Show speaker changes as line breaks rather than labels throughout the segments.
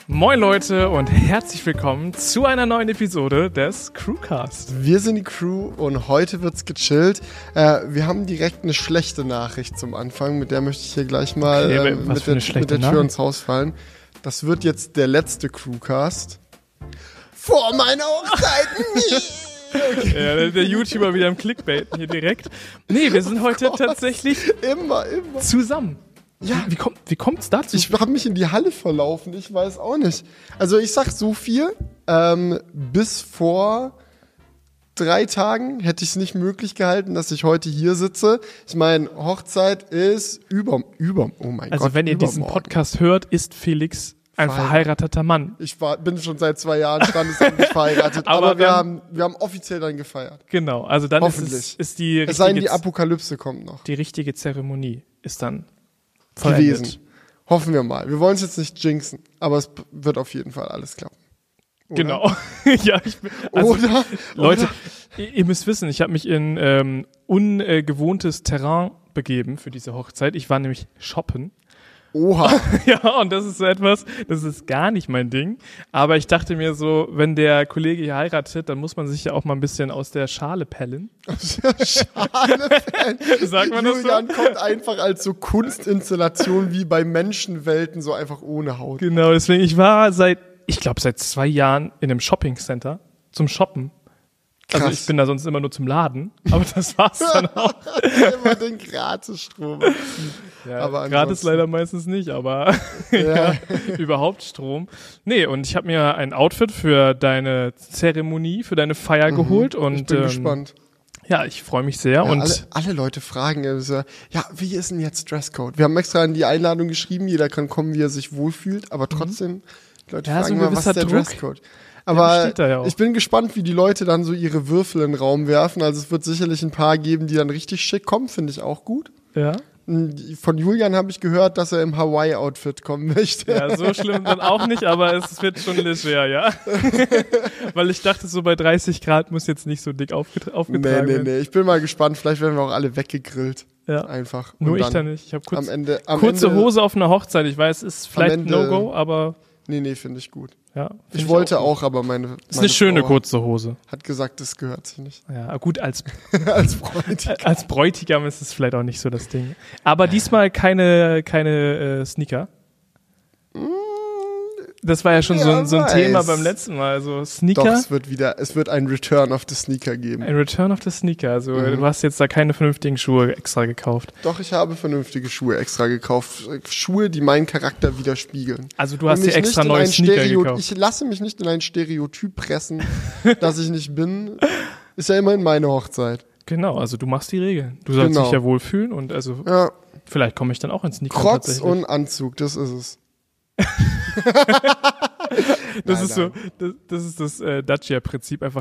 Moin Leute und herzlich willkommen zu einer neuen Episode des Crewcast.
Wir sind die Crew und heute wird's gechillt. Wir haben direkt eine schlechte Nachricht zum Anfang, mit der möchte ich hier gleich mal mit der Tür ins Haus fallen. Das wird jetzt der letzte Crewcast. Vor meiner Hochzeit nie!
Okay. Ja, der YouTuber wieder im Clickbaiten hier direkt. Nee, wir sind heute tatsächlich
immer
zusammen.
Ja.
Wie kommt's dazu?
Ich habe mich in die Halle verlaufen, ich weiß auch nicht. Also ich sag so viel, bis vor 3 Tagen hätte ich es nicht möglich gehalten, dass ich heute hier sitze. Ich meine, Hochzeit ist oh mein Gott.
Also wenn ihr diesen Podcast hört, ist Felix ein verheirateter Mann.
Ich bin schon seit 2 Jahren standesamtlich verheiratet, aber wir haben offiziell dann gefeiert.
Genau, also dann ist die richtige,
es sei denn, die Apokalypse kommt noch.
Die richtige Zeremonie ist dann
gewesen.
vollendet.
Hoffen wir mal. Wir wollen es jetzt nicht jinxen, aber es wird auf jeden Fall alles klappen. Oder?
Genau. Ja, Leute, ihr müsst wissen, ich habe mich in ungewohntes Terrain begeben für diese Hochzeit. Ich war nämlich shoppen.
Oha.
Ja, und das ist so etwas, das ist gar nicht mein Ding. Aber ich dachte mir so, wenn der Kollege hier heiratet, dann muss man sich ja auch mal ein bisschen aus der Schale pellen.
Aus der Schale pellen?
Sagt man das so?
Julian kommt einfach als so Kunstinstallation wie bei Menschenwelten, so einfach ohne Haut.
Genau, deswegen, ich war seit 2 Jahren in einem Shoppingcenter zum Shoppen. Also ich bin da sonst immer nur zum Laden, aber das war's dann auch.
Immer den Gratisstrom.
Ja, aber gratis leider meistens nicht, aber ja, überhaupt Strom. Nee, und ich habe mir ein Outfit für deine Zeremonie, für deine Feier geholt. Und
ich bin gespannt.
Ja, ich freue mich sehr.
Ja,
und
alle Leute fragen, wie ist denn jetzt Dresscode? Wir haben extra in die Einladung geschrieben, jeder kann kommen, wie er sich wohlfühlt, aber trotzdem, die Leute fragen mal, was ist der Dresscode? Aber ich bin gespannt, wie die Leute dann so ihre Würfel in den Raum werfen. Also es wird sicherlich ein paar geben, die dann richtig schick kommen, finde ich auch gut.
Ja.
Von Julian habe ich gehört, dass er im Hawaii-Outfit kommen möchte.
Ja, so schlimm dann auch nicht, aber es wird schon leger, ja. Weil ich dachte, so bei 30 Grad muss jetzt nicht so dick aufgetragen werden.
Nee. Ich bin mal gespannt. Vielleicht werden wir auch alle weggegrillt.
Ja.
Einfach.
Nur ich da nicht. Ich habe kurze Hose auf einer Hochzeit. Ich weiß, ist vielleicht ein No-Go, aber...
Nee, finde ich gut.
Ja,
ich wollte auch, aber meine
ist eine schöne kurze Hose.
Hat gesagt, das gehört sich nicht.
Ja, gut, als
Bräutigam.
Als Bräutigam ist es vielleicht auch nicht so das Ding. Aber diesmal keine Sneaker. Das war ja schon so ein Thema beim letzten Mal. Also Sneaker.
Doch, es wird ein Return of the Sneaker geben.
Ein Return of the Sneaker. Also du hast jetzt da keine vernünftigen Schuhe extra gekauft.
Doch, ich habe vernünftige Schuhe extra gekauft. Schuhe, die meinen Charakter widerspiegeln.
Also du hast dir extra neue Sneaker gekauft.
Ich lasse mich nicht in ein Stereotyp pressen, das ich nicht bin. Ist ja immerhin meine Hochzeit.
Genau, also du machst die Regeln. Du sollst dich ja wohlfühlen und also vielleicht komme ich dann auch ins Sneaker.
Crocs und Anzug, das ist es.
Das ist das Dacia-Prinzip einfach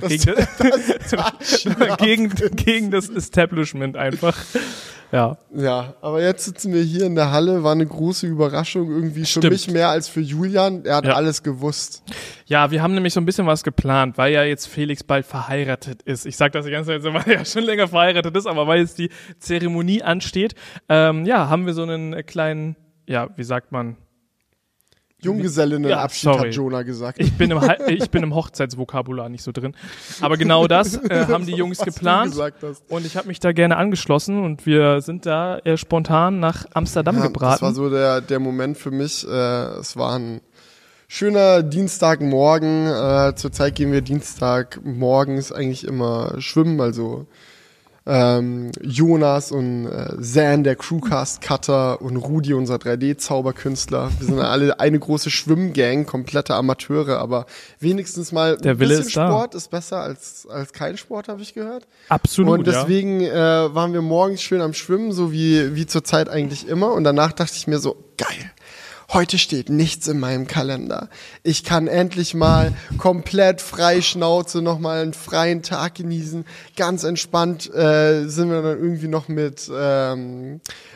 gegen das Establishment einfach. Ja.
Ja, aber jetzt sitzen wir hier in der Halle, war eine große Überraschung irgendwie für mich mehr als für Julian. Er hat alles gewusst.
Ja, wir haben nämlich so ein bisschen was geplant, weil ja jetzt Felix bald verheiratet ist. Ich sag das die ganze Zeit so, weil er ja schon länger verheiratet ist, aber weil jetzt die Zeremonie ansteht, haben wir so einen kleinen, wie sagt man,
Junggesellinnenabschied, hat Jonah gesagt.
Ich bin im Hochzeitsvokabular nicht so drin. Aber genau das haben die Jungs geplant. Und ich habe mich da gerne angeschlossen und wir sind da spontan nach Amsterdam gebraten.
Das war so der Moment für mich. Es war ein schöner Dienstagmorgen. Zurzeit gehen wir Dienstagmorgens eigentlich immer schwimmen, also Jonas und Zan, der Crewcast-Cutter, und Rudi, unser 3D-Zauberkünstler. Wir sind alle eine große Schwimmgang, komplette Amateure, aber wenigstens mal
ein bisschen
Sport ist besser als kein Sport, habe ich gehört.
Absolut,
und deswegen waren wir morgens schön am Schwimmen, so wie zur Zeit eigentlich immer. Und danach dachte ich mir so, geil. Heute steht nichts in meinem Kalender. Ich kann endlich mal komplett frei Schnauze nochmal einen freien Tag genießen. Ganz entspannt sind wir dann irgendwie noch mit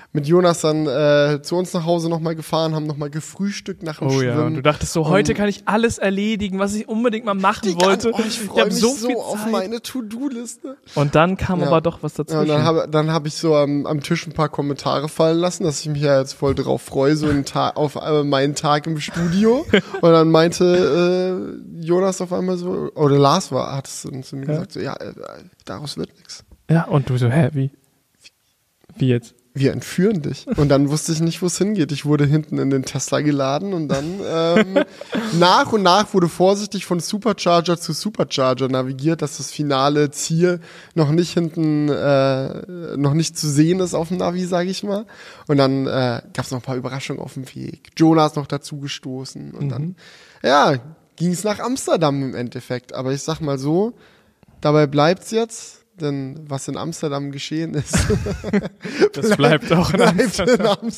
mit Jonas dann zu uns nach Hause nochmal gefahren, haben nochmal gefrühstückt nach dem Schwimmen.
Ja, du dachtest so, heute kann ich alles erledigen, was ich unbedingt mal machen wollte.
Ich freue mich so auf meine To-Do-Liste.
Und dann kam aber doch was dazwischen.
Ja, und dann hab ich so am Tisch ein paar Kommentare fallen lassen, dass ich mich ja jetzt voll drauf freue, so auf meinen Tag im Studio. Und dann meinte Jonas auf einmal so, oder Lars hat es zu mir gesagt, so, daraus wird nichts.
Ja, und du so, wie jetzt?
Wir entführen dich. Und dann wusste ich nicht, wo es hingeht. Ich wurde hinten in den Tesla geladen und dann nach und nach wurde vorsichtig von Supercharger zu Supercharger navigiert, dass das finale Ziel noch nicht noch nicht zu sehen ist auf dem Navi, sage ich mal. Und dann gab es noch ein paar Überraschungen auf dem Weg. Jonas noch dazu gestoßen und dann ging es nach Amsterdam im Endeffekt. Aber ich sag mal so, dabei bleibt's jetzt. Denn was in Amsterdam geschehen ist,
das bleibt auch in Amsterdam.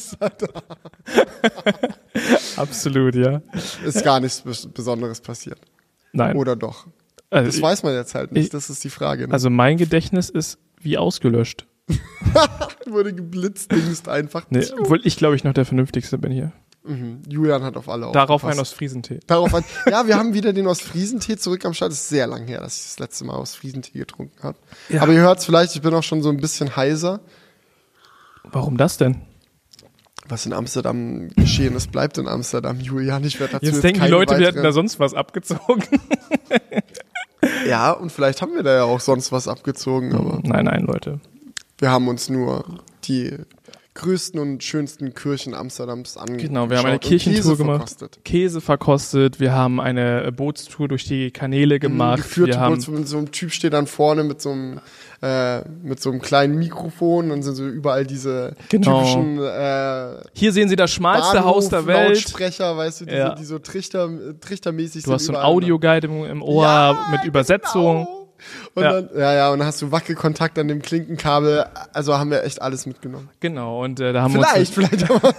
Absolut, ja.
Ist gar nichts Besonderes passiert.
Nein.
Oder doch?
Also
das weiß man jetzt halt nicht, das ist die Frage. Ne?
Also mein Gedächtnis ist wie ausgelöscht.
Wurde geblitzdingst einfach.
Nee, obwohl ich, glaube ich, noch der Vernünftigste bin hier.
Mhm. Julian hat auf alle
Darauf ein Ostfriesentee.
Ja, wir haben wieder den Ostfriesentee zurück am Start. Es ist sehr lang her, dass ich das letzte Mal Ostfriesentee getrunken habe. Ja. Aber ihr hört es vielleicht, ich bin auch schon so ein bisschen heiser.
Warum das denn?
Was in Amsterdam geschehen ist, bleibt in Amsterdam, Julian. Ich werde dazu
jetzt denken die Leute, wir hätten da sonst was abgezogen.
Ja, und vielleicht haben wir da ja auch sonst was abgezogen. Aber
nein, Leute.
Wir haben uns nur die größten und schönsten Kirchen Amsterdams angeschaut.
Genau, wir haben eine Kirchentour gemacht, Käse verkostet, wir haben eine Bootstour durch die Kanäle gemacht.
Geführte Bootstour mit so einem Typ steht dann vorne mit so einem kleinen Mikrofon, dann sind so überall diese typischen
hier sehen Sie das schmalste Haus der Welt.
Lautsprecher, weißt du, die so trichtermäßig sind.
Du hast so einen Audioguide im Ohr mit Übersetzung.
Genau. Und dann hast du Wackelkontakt an dem Klinkenkabel. Also haben wir echt alles mitgenommen.
Genau, und da haben
vielleicht aber.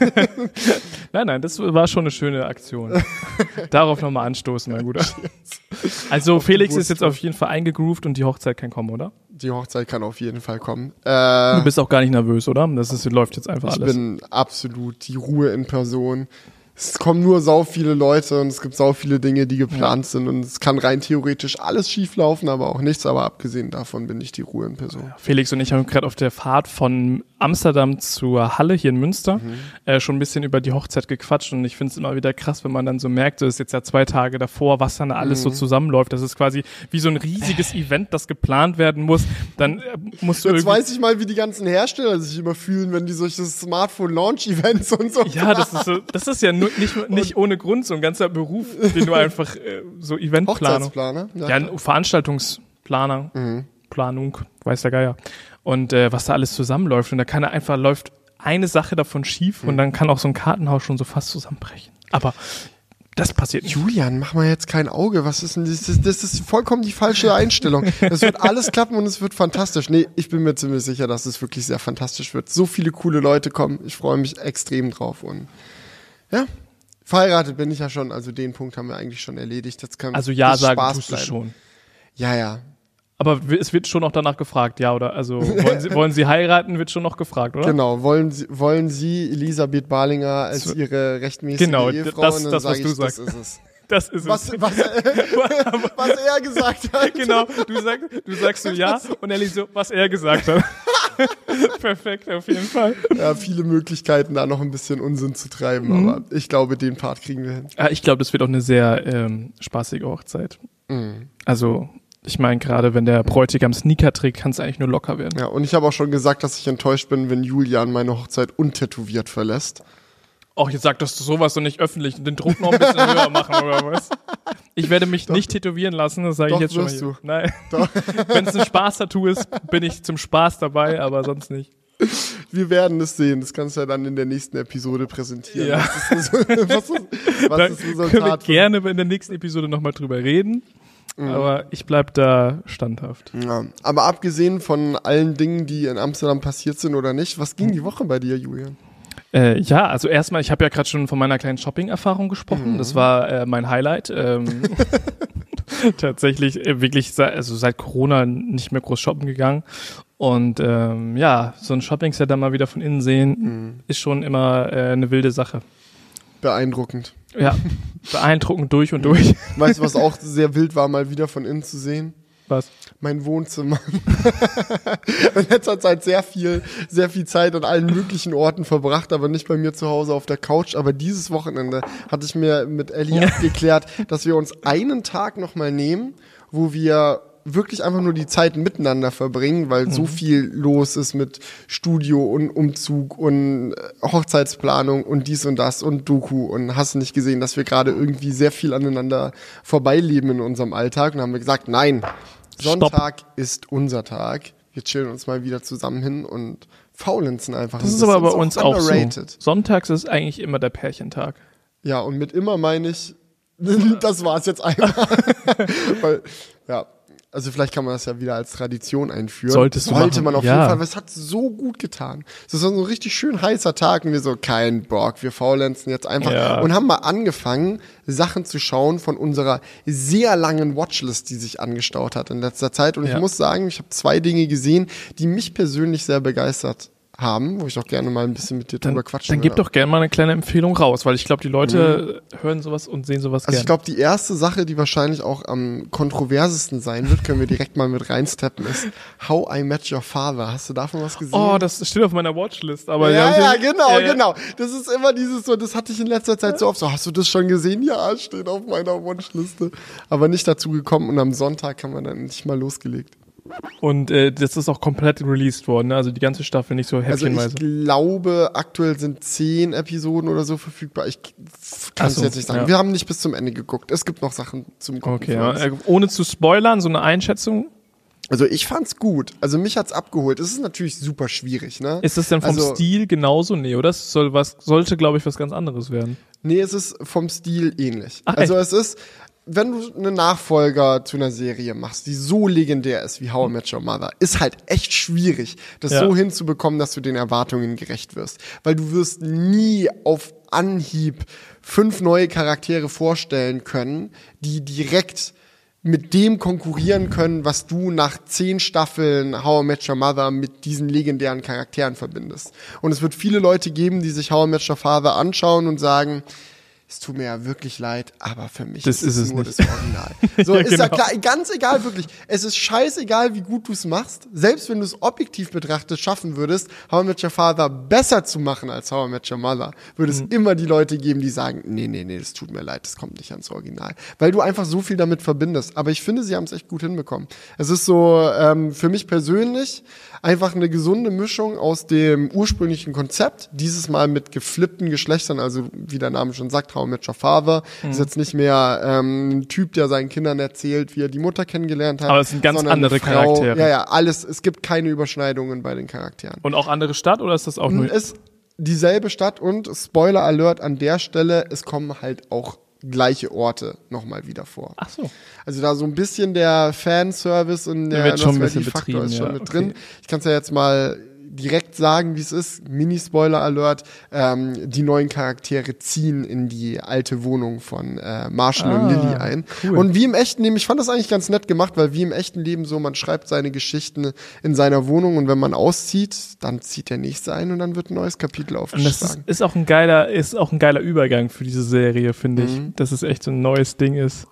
Nein, das war schon eine schöne Aktion. Darauf nochmal anstoßen, mein Guter. Also Felix ist jetzt auf jeden Fall eingegroovt und die Hochzeit kann kommen, oder?
Die Hochzeit kann auf jeden Fall kommen.
Du bist auch gar nicht nervös, oder? Läuft jetzt einfach alles.
Ich bin absolut die Ruhe in Person. Es kommen nur sau viele Leute und es gibt sau viele Dinge, die geplant sind und es kann rein theoretisch alles schief laufen, aber auch nichts. Aber abgesehen davon bin ich die Ruhe in Person.
Felix und ich haben gerade auf der Fahrt von Amsterdam zur Halle hier in Münster schon ein bisschen über die Hochzeit gequatscht und ich finde es immer wieder krass, wenn man dann so merkt, das ist jetzt ja 2 Tage davor, was dann alles so zusammenläuft. Das ist quasi wie so ein riesiges Event, das geplant werden muss. Dann musst du
jetzt weiß ich mal, wie die ganzen Hersteller sich immer fühlen, wenn die solche Smartphone-Launch-Events und so
ja, das ist ja nicht ohne Grund so ein ganzer Beruf, den du einfach so Eventplanung.
Hochzeitsplaner?
Ja, Veranstaltungsplaner, Planung, weiß der Geier. Und was da alles zusammenläuft. Und da läuft eine Sache davon schief und dann kann auch so ein Kartenhaus schon so fast zusammenbrechen. Aber das passiert nicht.
Julian, mach mal jetzt kein Auge. Was ist denn das? Das ist vollkommen die falsche Einstellung. Es wird alles klappen und es wird fantastisch. Nee, ich bin mir ziemlich sicher, dass es wirklich sehr fantastisch wird. So viele coole Leute kommen. Ich freue mich extrem drauf. Und ja, verheiratet bin ich ja schon. Also den Punkt haben wir eigentlich schon erledigt. Jetzt kann
also ja sagen tust du schon.
Ja.
Aber es wird schon noch danach gefragt, ja, oder? Also wollen Sie heiraten, wird schon noch gefragt, oder?
Genau, wollen Sie Elisabeth Barlinger als Ihre rechtmäßige Ehefrau?
Genau, das was du sagst.
Das ist es.
Das ist
was er gesagt hat.
Genau, du sagst so ja und er liest so, was er gesagt hat. Perfekt, auf jeden Fall.
Ja, viele Möglichkeiten, da noch ein bisschen Unsinn zu treiben, aber ich glaube, den Part kriegen wir hin.
Ja, ich glaube, das wird auch eine sehr spaßige Hochzeit. Also ich meine, gerade wenn der Bräutigam Sneaker trägt, kann es eigentlich nur locker werden.
Ja, und ich habe auch schon gesagt, dass ich enttäuscht bin, wenn Julian meine Hochzeit untätowiert verlässt.
Auch jetzt sagst du sowas und nicht öffentlich den Druck noch ein bisschen höher machen oder was? Ich werde mich nicht tätowieren lassen, das sage ich jetzt schon mal.
Du.
Nein. Wenn es ein Spaß-Tattoo ist, bin ich zum Spaß dabei, aber sonst nicht.
Wir werden es sehen. Das kannst du ja dann in der nächsten Episode präsentieren.
Ja.
Was ist Resultat?
Können wir gerne in der nächsten Episode nochmal drüber reden. Aber ich bleib da standhaft.
Ja, aber abgesehen von allen Dingen, die in Amsterdam passiert sind oder nicht, was ging die Woche bei dir, Julian?
Ja, also erstmal, ich habe ja gerade schon von meiner kleinen Shopping-Erfahrung gesprochen. Das war mein Highlight. Tatsächlich wirklich seit Corona nicht mehr groß shoppen gegangen. Und so ein Shopping-Center mal wieder von innen sehen, ist schon immer eine wilde Sache.
Beeindruckend.
Ja, beeindruckend durch und durch.
Weißt du, was auch sehr wild war, mal wieder von innen zu sehen?
Was?
Mein Wohnzimmer. In letzter Zeit sehr viel Zeit an allen möglichen Orten verbracht, aber nicht bei mir zu Hause auf der Couch. Aber dieses Wochenende hatte ich mir mit Ellie abgeklärt, dass wir uns einen Tag nochmal nehmen, wo wir wirklich einfach nur die Zeit miteinander verbringen, weil so viel los ist mit Studio und Umzug und Hochzeitsplanung und dies und das und Doku und hast nicht gesehen, dass wir gerade irgendwie sehr viel aneinander vorbeileben in unserem Alltag. Und dann haben wir gesagt, nein, Sonntag ist unser Tag. Wir chillen uns mal wieder zusammen hin und faulenzen einfach.
Das ist aber bei uns auch so. Sonntags ist eigentlich immer der Pärchentag.
Ja, und mit immer meine ich, das war's jetzt einmal. Weil, ja. Also vielleicht kann man das ja wieder als Tradition einführen.
Sollte
man auf jeden Fall, weil es hat so gut getan. Es war so ein richtig schön heißer Tag und wir so, kein Bock, wir faulenzen jetzt einfach. Und haben mal angefangen, Sachen zu schauen von unserer sehr langen Watchlist, die sich angestaut hat in letzter Zeit. Und ich muss sagen, ich habe 2 Dinge gesehen, die mich persönlich sehr begeistert haben, wo ich auch gerne mal ein bisschen mit dir drüber quatschen
Dann gib doch gerne mal eine kleine Empfehlung raus, weil ich glaube, die Leute hören sowas und sehen sowas gerne.
Also ich glaube, die erste Sache, die wahrscheinlich auch am kontroversesten sein wird, können wir direkt mal mit reinsteppen, ist How I Met Your Father. Hast du davon was gesehen?
Oh, das steht auf meiner Watchlist. Aber
genau. Das ist immer dieses so, das hatte ich in letzter Zeit so oft so, hast du das schon gesehen? Ja, steht auf meiner Watchliste. Aber nicht dazu gekommen und am Sonntag haben wir dann nicht mal losgelegt.
Und das ist auch komplett released worden, ne? Also die ganze Staffel nicht so häppchenweise.
Also ich glaube, aktuell sind 10 Episoden oder so verfügbar. Ich kann es jetzt nicht sagen. Ja. Wir haben nicht bis zum Ende geguckt. Es gibt noch Sachen zum Gucken.
Okay, ja. Ohne zu spoilern, so eine Einschätzung?
Also ich fand's gut. Also mich hat's abgeholt. Es ist natürlich super schwierig, ne?
Ist das denn vom Stil genauso? Nee, oder? Es sollte, glaube ich, was ganz anderes werden.
Nee, es ist vom Stil ähnlich. Ach, also es ist, wenn du einen Nachfolger zu einer Serie machst, die so legendär ist wie How I Met Your Mother, ist halt echt schwierig, das so hinzubekommen, dass du den Erwartungen gerecht wirst. Weil du wirst nie auf Anhieb 5 neue Charaktere vorstellen können, die direkt mit dem konkurrieren können, was du nach 10 Staffeln How I Met Your Mother mit diesen legendären Charakteren verbindest. Und es wird viele Leute geben, die sich How I Met Your Father anschauen und sagen, es tut mir ja wirklich leid, aber für mich ist es nur das Original. So, ist ja klar, ganz egal, wirklich. Es ist scheißegal, wie gut du es machst. Selbst wenn du es objektiv betrachtest, schaffen würdest, How I Met Your Father besser zu machen als How I Met Your Mother, würde es immer die Leute geben, die sagen, nee, das tut mir leid, das kommt nicht ans Original. Weil du einfach so viel damit verbindest. Aber ich finde, sie haben es echt gut hinbekommen. Es ist so, für mich persönlich, einfach eine gesunde Mischung aus dem ursprünglichen Konzept, dieses Mal mit geflippten Geschlechtern, also wie der Name schon sagt, How I Met Your Father. Ist jetzt nicht mehr ein Typ, der seinen Kindern erzählt, wie er die Mutter kennengelernt hat.
Aber es sind ganz andere Charaktere.
Ja, alles. Es gibt keine Überschneidungen bei den Charakteren.
Und auch andere Stadt oder ist das auch nur?
Es ist dieselbe Stadt und Spoiler Alert an der Stelle, es kommen halt auch gleiche Orte nochmal wieder vor.
Ach so.
Also da so ein bisschen der Fanservice und der Nostalgie-Faktor ist schon mit drin. Ich kann es ja jetzt mal direkt sagen, wie es ist. Mini-Spoiler-Alert. Die neuen Charaktere ziehen in die alte Wohnung von Marshall und Lily ein. Cool. Und wie im echten Leben, ich fand das eigentlich ganz nett gemacht, weil wie im echten Leben so, man schreibt seine Geschichten in seiner Wohnung und wenn man auszieht, dann zieht der nächste ein und dann wird ein neues Kapitel aufgeschlagen.
Und das ist auch ein geiler Übergang für diese Serie, finde ich. Dass es echt so ein neues Ding ist.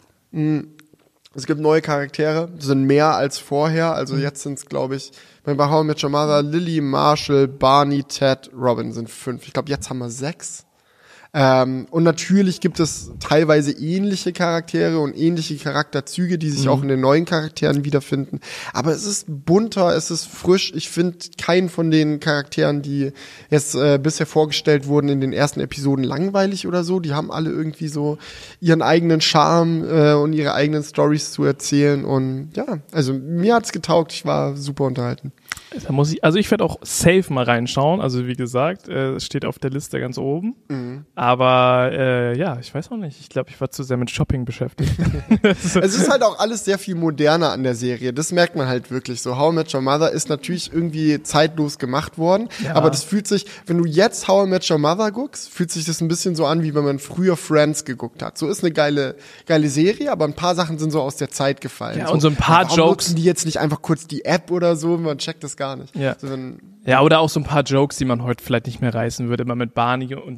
Es gibt neue Charaktere, sind mehr als vorher. Also jetzt sind es, glaube ich, bei How I Met Your Mother, Lily, Marshall, Barney, Ted, Robin sind 5. Ich glaube, jetzt haben wir 6. Und natürlich gibt es teilweise ähnliche Charaktere und ähnliche Charakterzüge, die sich auch in den neuen Charakteren wiederfinden. Aber es ist bunter, es ist frisch. Ich finde keinen von den Charakteren, die jetzt bisher vorgestellt wurden in den ersten Episoden langweilig oder so. Die haben alle irgendwie so ihren eigenen Charme und ihre eigenen Storys zu erzählen. Und ja, also mir hat's getaugt. Ich war super unterhalten.
Ich werde auch safe mal reinschauen. Also wie gesagt, es steht auf der Liste ganz oben. Aber ich weiß auch nicht. Ich glaube, ich war zu sehr mit Shopping beschäftigt.
Es ist halt auch alles sehr viel moderner an der Serie. Das merkt man halt wirklich so. How I Met Your Mother ist natürlich irgendwie zeitlos gemacht worden. Ja. Aber das fühlt sich, wenn du jetzt How I Met Your Mother guckst, fühlt sich das ein bisschen so an, wie wenn man früher Friends geguckt hat. So ist eine geile Serie, aber ein paar Sachen sind so aus der Zeit gefallen.
Ja, und so ein paar Jokes.
Nutzen die jetzt nicht einfach kurz die App oder so? Man checkt das gar nicht.
Ja. Also oder auch so ein paar Jokes, die man heute vielleicht nicht mehr reißen würde, immer mit Barney und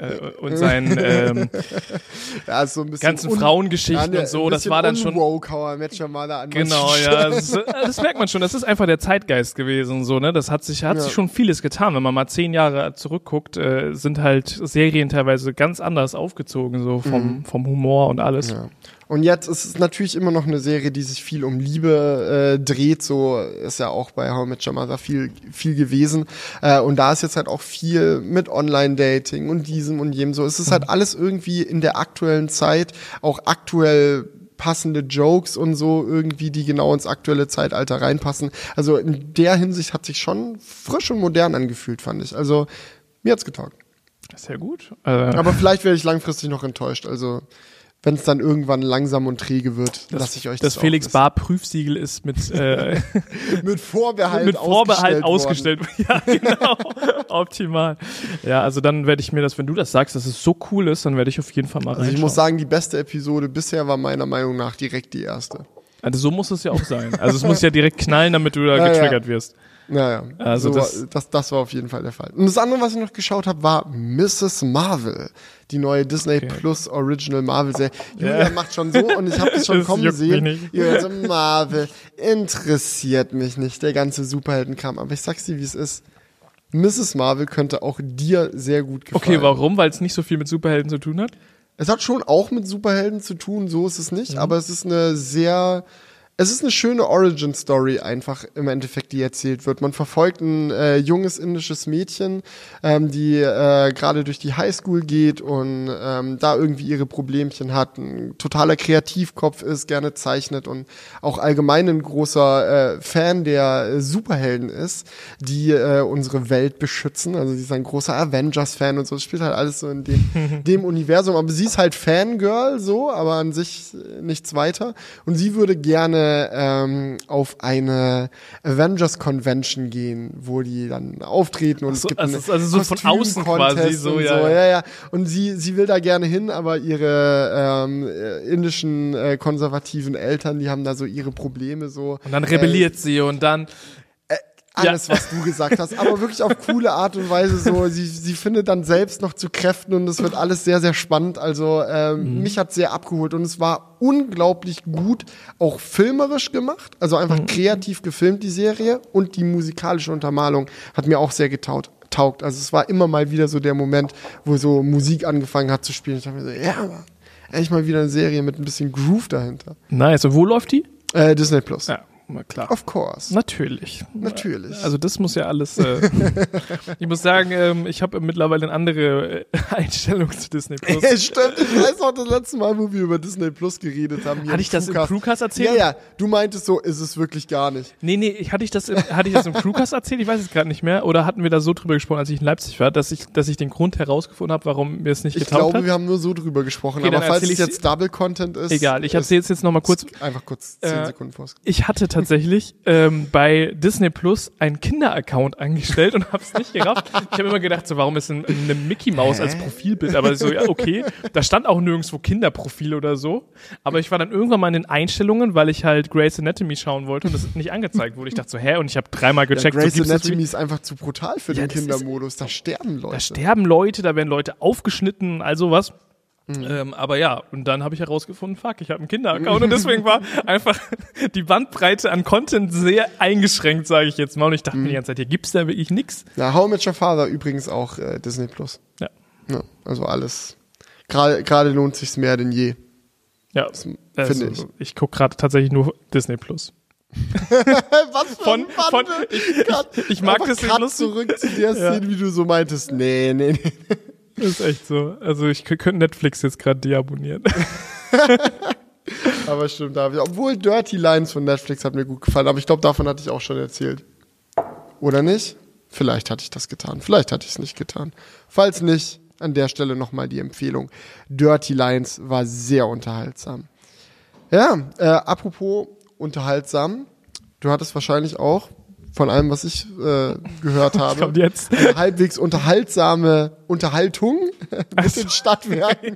seinen
so ein bisschen
ganzen Frauengeschichten und so. Das war dann schon
woke, How I Met Your Mother an.
Genau, ja. Das merkt man schon. Das ist einfach der Zeitgeist gewesen, so, ne? Das hat sich schon vieles getan. Wenn man mal 10 Jahre zurückguckt, sind halt Serien teilweise ganz anders aufgezogen, so vom Humor und alles.
Ja. Und jetzt ist es natürlich immer noch eine Serie, die sich viel um Liebe dreht. So ist ja auch bei How I Met Your Mother viel gewesen. Und da ist jetzt halt auch viel mit Online-Dating und diesem und jenem. So es ist halt alles irgendwie in der aktuellen Zeit, auch aktuell passende Jokes und so irgendwie, die genau ins aktuelle Zeitalter reinpassen. Also in der Hinsicht hat sich schon frisch und modern angefühlt, fand ich. Also mir hat's getaugt.
Sehr gut.
Aber vielleicht werde ich langfristig noch enttäuscht. Also wenn es dann irgendwann langsam und träge wird, lasse ich euch das
Das Felix Bar Prüfsiegel ist mit
mit Vorbehalt
ausgestellt. Ja, genau. Optimal. Ja, also dann werde ich mir das, wenn du das sagst, dass es so cool ist, dann werde ich auf jeden Fall mal reinschauen.
Also ich muss sagen, die beste Episode bisher war meiner Meinung nach direkt die erste.
Also so muss es ja auch sein. Also es muss ja direkt knallen, damit du da getriggert wirst.
Naja, also das war auf jeden Fall der Fall. Und das andere, was ich noch geschaut habe, war Mrs. Marvel, die neue Disney Plus Original Marvel-Serie. Julia macht schon so und ich habe das schon kommen sehen. Julia so, Marvel interessiert mich nicht, der ganze Superheldenkram. Aber ich sag's dir, wie es ist. Mrs. Marvel könnte auch dir sehr gut gefallen.
Okay, warum? Weil es nicht so viel mit Superhelden zu tun hat?
Es hat schon auch mit Superhelden zu tun, so ist es nicht, aber es ist eine schöne Origin-Story einfach im Endeffekt, die erzählt wird. Man verfolgt ein junges indisches Mädchen, die gerade durch die Highschool geht und da irgendwie ihre Problemchen hat, ein totaler Kreativkopf ist, gerne zeichnet und auch allgemein ein großer Fan der Superhelden ist, die unsere Welt beschützen. Also sie ist ein großer Avengers-Fan und so. Das spielt halt alles so in dem Universum. Aber sie ist halt Fangirl, so, aber an sich nichts weiter. Und sie würde gerne auf eine Avengers Convention gehen, wo die dann auftreten und es gibt
also so von außen quasi so,
ja. Und sie will da gerne hin, aber ihre indischen konservativen Eltern, die haben da so ihre Probleme so.
Und dann rebelliert sie und dann
alles, was du gesagt hast, aber wirklich auf coole Art und Weise so. Sie findet dann selbst noch zu Kräften und es wird alles sehr, sehr spannend. Also mich hat sehr abgeholt und es war unglaublich gut, auch filmerisch gemacht, also einfach kreativ gefilmt, die Serie, und die musikalische Untermalung hat mir auch sehr getaugt. Also es war immer mal wieder so der Moment, wo so Musik angefangen hat zu spielen. Ich dachte mir so, ja, endlich mal wieder eine Serie mit ein bisschen Groove dahinter.
Nice. Und wo läuft die?
Disney Plus.
Ja. Klar.
Of course.
Natürlich.
Also
das muss ja alles. Ich muss sagen, ich habe mittlerweile eine andere Einstellung zu Disney Plus.
Stimmt, ich weiß auch das letzte Mal, wo wir über Disney Plus geredet haben.
Hatte ich das im Crewcast erzählt?
Ja, du meintest so, ist es wirklich gar nicht.
Nee, hatte ich das im Crewcast erzählt? Ich weiß es gerade nicht mehr. Oder hatten wir da so drüber gesprochen, als ich in Leipzig war, dass ich den Grund herausgefunden habe, warum mir es nicht getaugt hat?
Ich glaube, wir haben nur so drüber gesprochen. Okay, aber falls es jetzt Double Content ist.
Egal, ich erzähle es jetzt nochmal kurz.
Einfach kurz 10 Sekunden vor.
Ich hatte tatsächlich bei Disney Plus einen Kinder-Account angestellt und hab's nicht gerafft. Ich habe immer gedacht, so, warum ist eine Mickey Maus als Profilbild? Aber so, ja, okay. Da stand auch nirgendwo Kinderprofil oder so. Aber ich war dann irgendwann mal in den Einstellungen, weil ich halt Grey's Anatomy schauen wollte und das nicht angezeigt wurde. Ich dachte so, und ich habe 3-mal gecheckt.
Ja, Grey's Anatomy ist einfach zu brutal für den Kindermodus. Da sterben Leute.
Da werden Leute aufgeschnitten, all sowas. Aber ja, und dann habe ich herausgefunden, ich habe einen Kinder-Account und deswegen war einfach die Bandbreite an Content sehr eingeschränkt, sage ich jetzt mal. Und ich dachte mir die ganze Zeit, hier gibt's da wirklich nix.
Ja, How I Met Your Father übrigens auch Disney Plus.
Ja.
Also alles. Gerade lohnt sich's mehr denn je.
Ja, finde ich. Ich gucke gerade tatsächlich nur Disney Plus.
Was für ein
ich mag Disney Plus.
Zurück zu der Szene, wie du so meintest. Nee.
Das ist echt so. Also ich könnte Netflix jetzt gerade deabonnieren.
Aber stimmt, David. Obwohl Dirty Lines von Netflix hat mir gut gefallen. Aber ich glaube, davon hatte ich auch schon erzählt. oder nicht? Vielleicht hatte ich das getan, vielleicht hatte ich es nicht getan. Falls nicht, an der Stelle nochmal die Empfehlung. Dirty Lines war sehr unterhaltsam. Ja, apropos unterhaltsam, du hattest wahrscheinlich auch, von allem, was ich gehört habe,
kommt jetzt
eine halbwegs unterhaltsame Unterhaltung mit den Stadtwerken.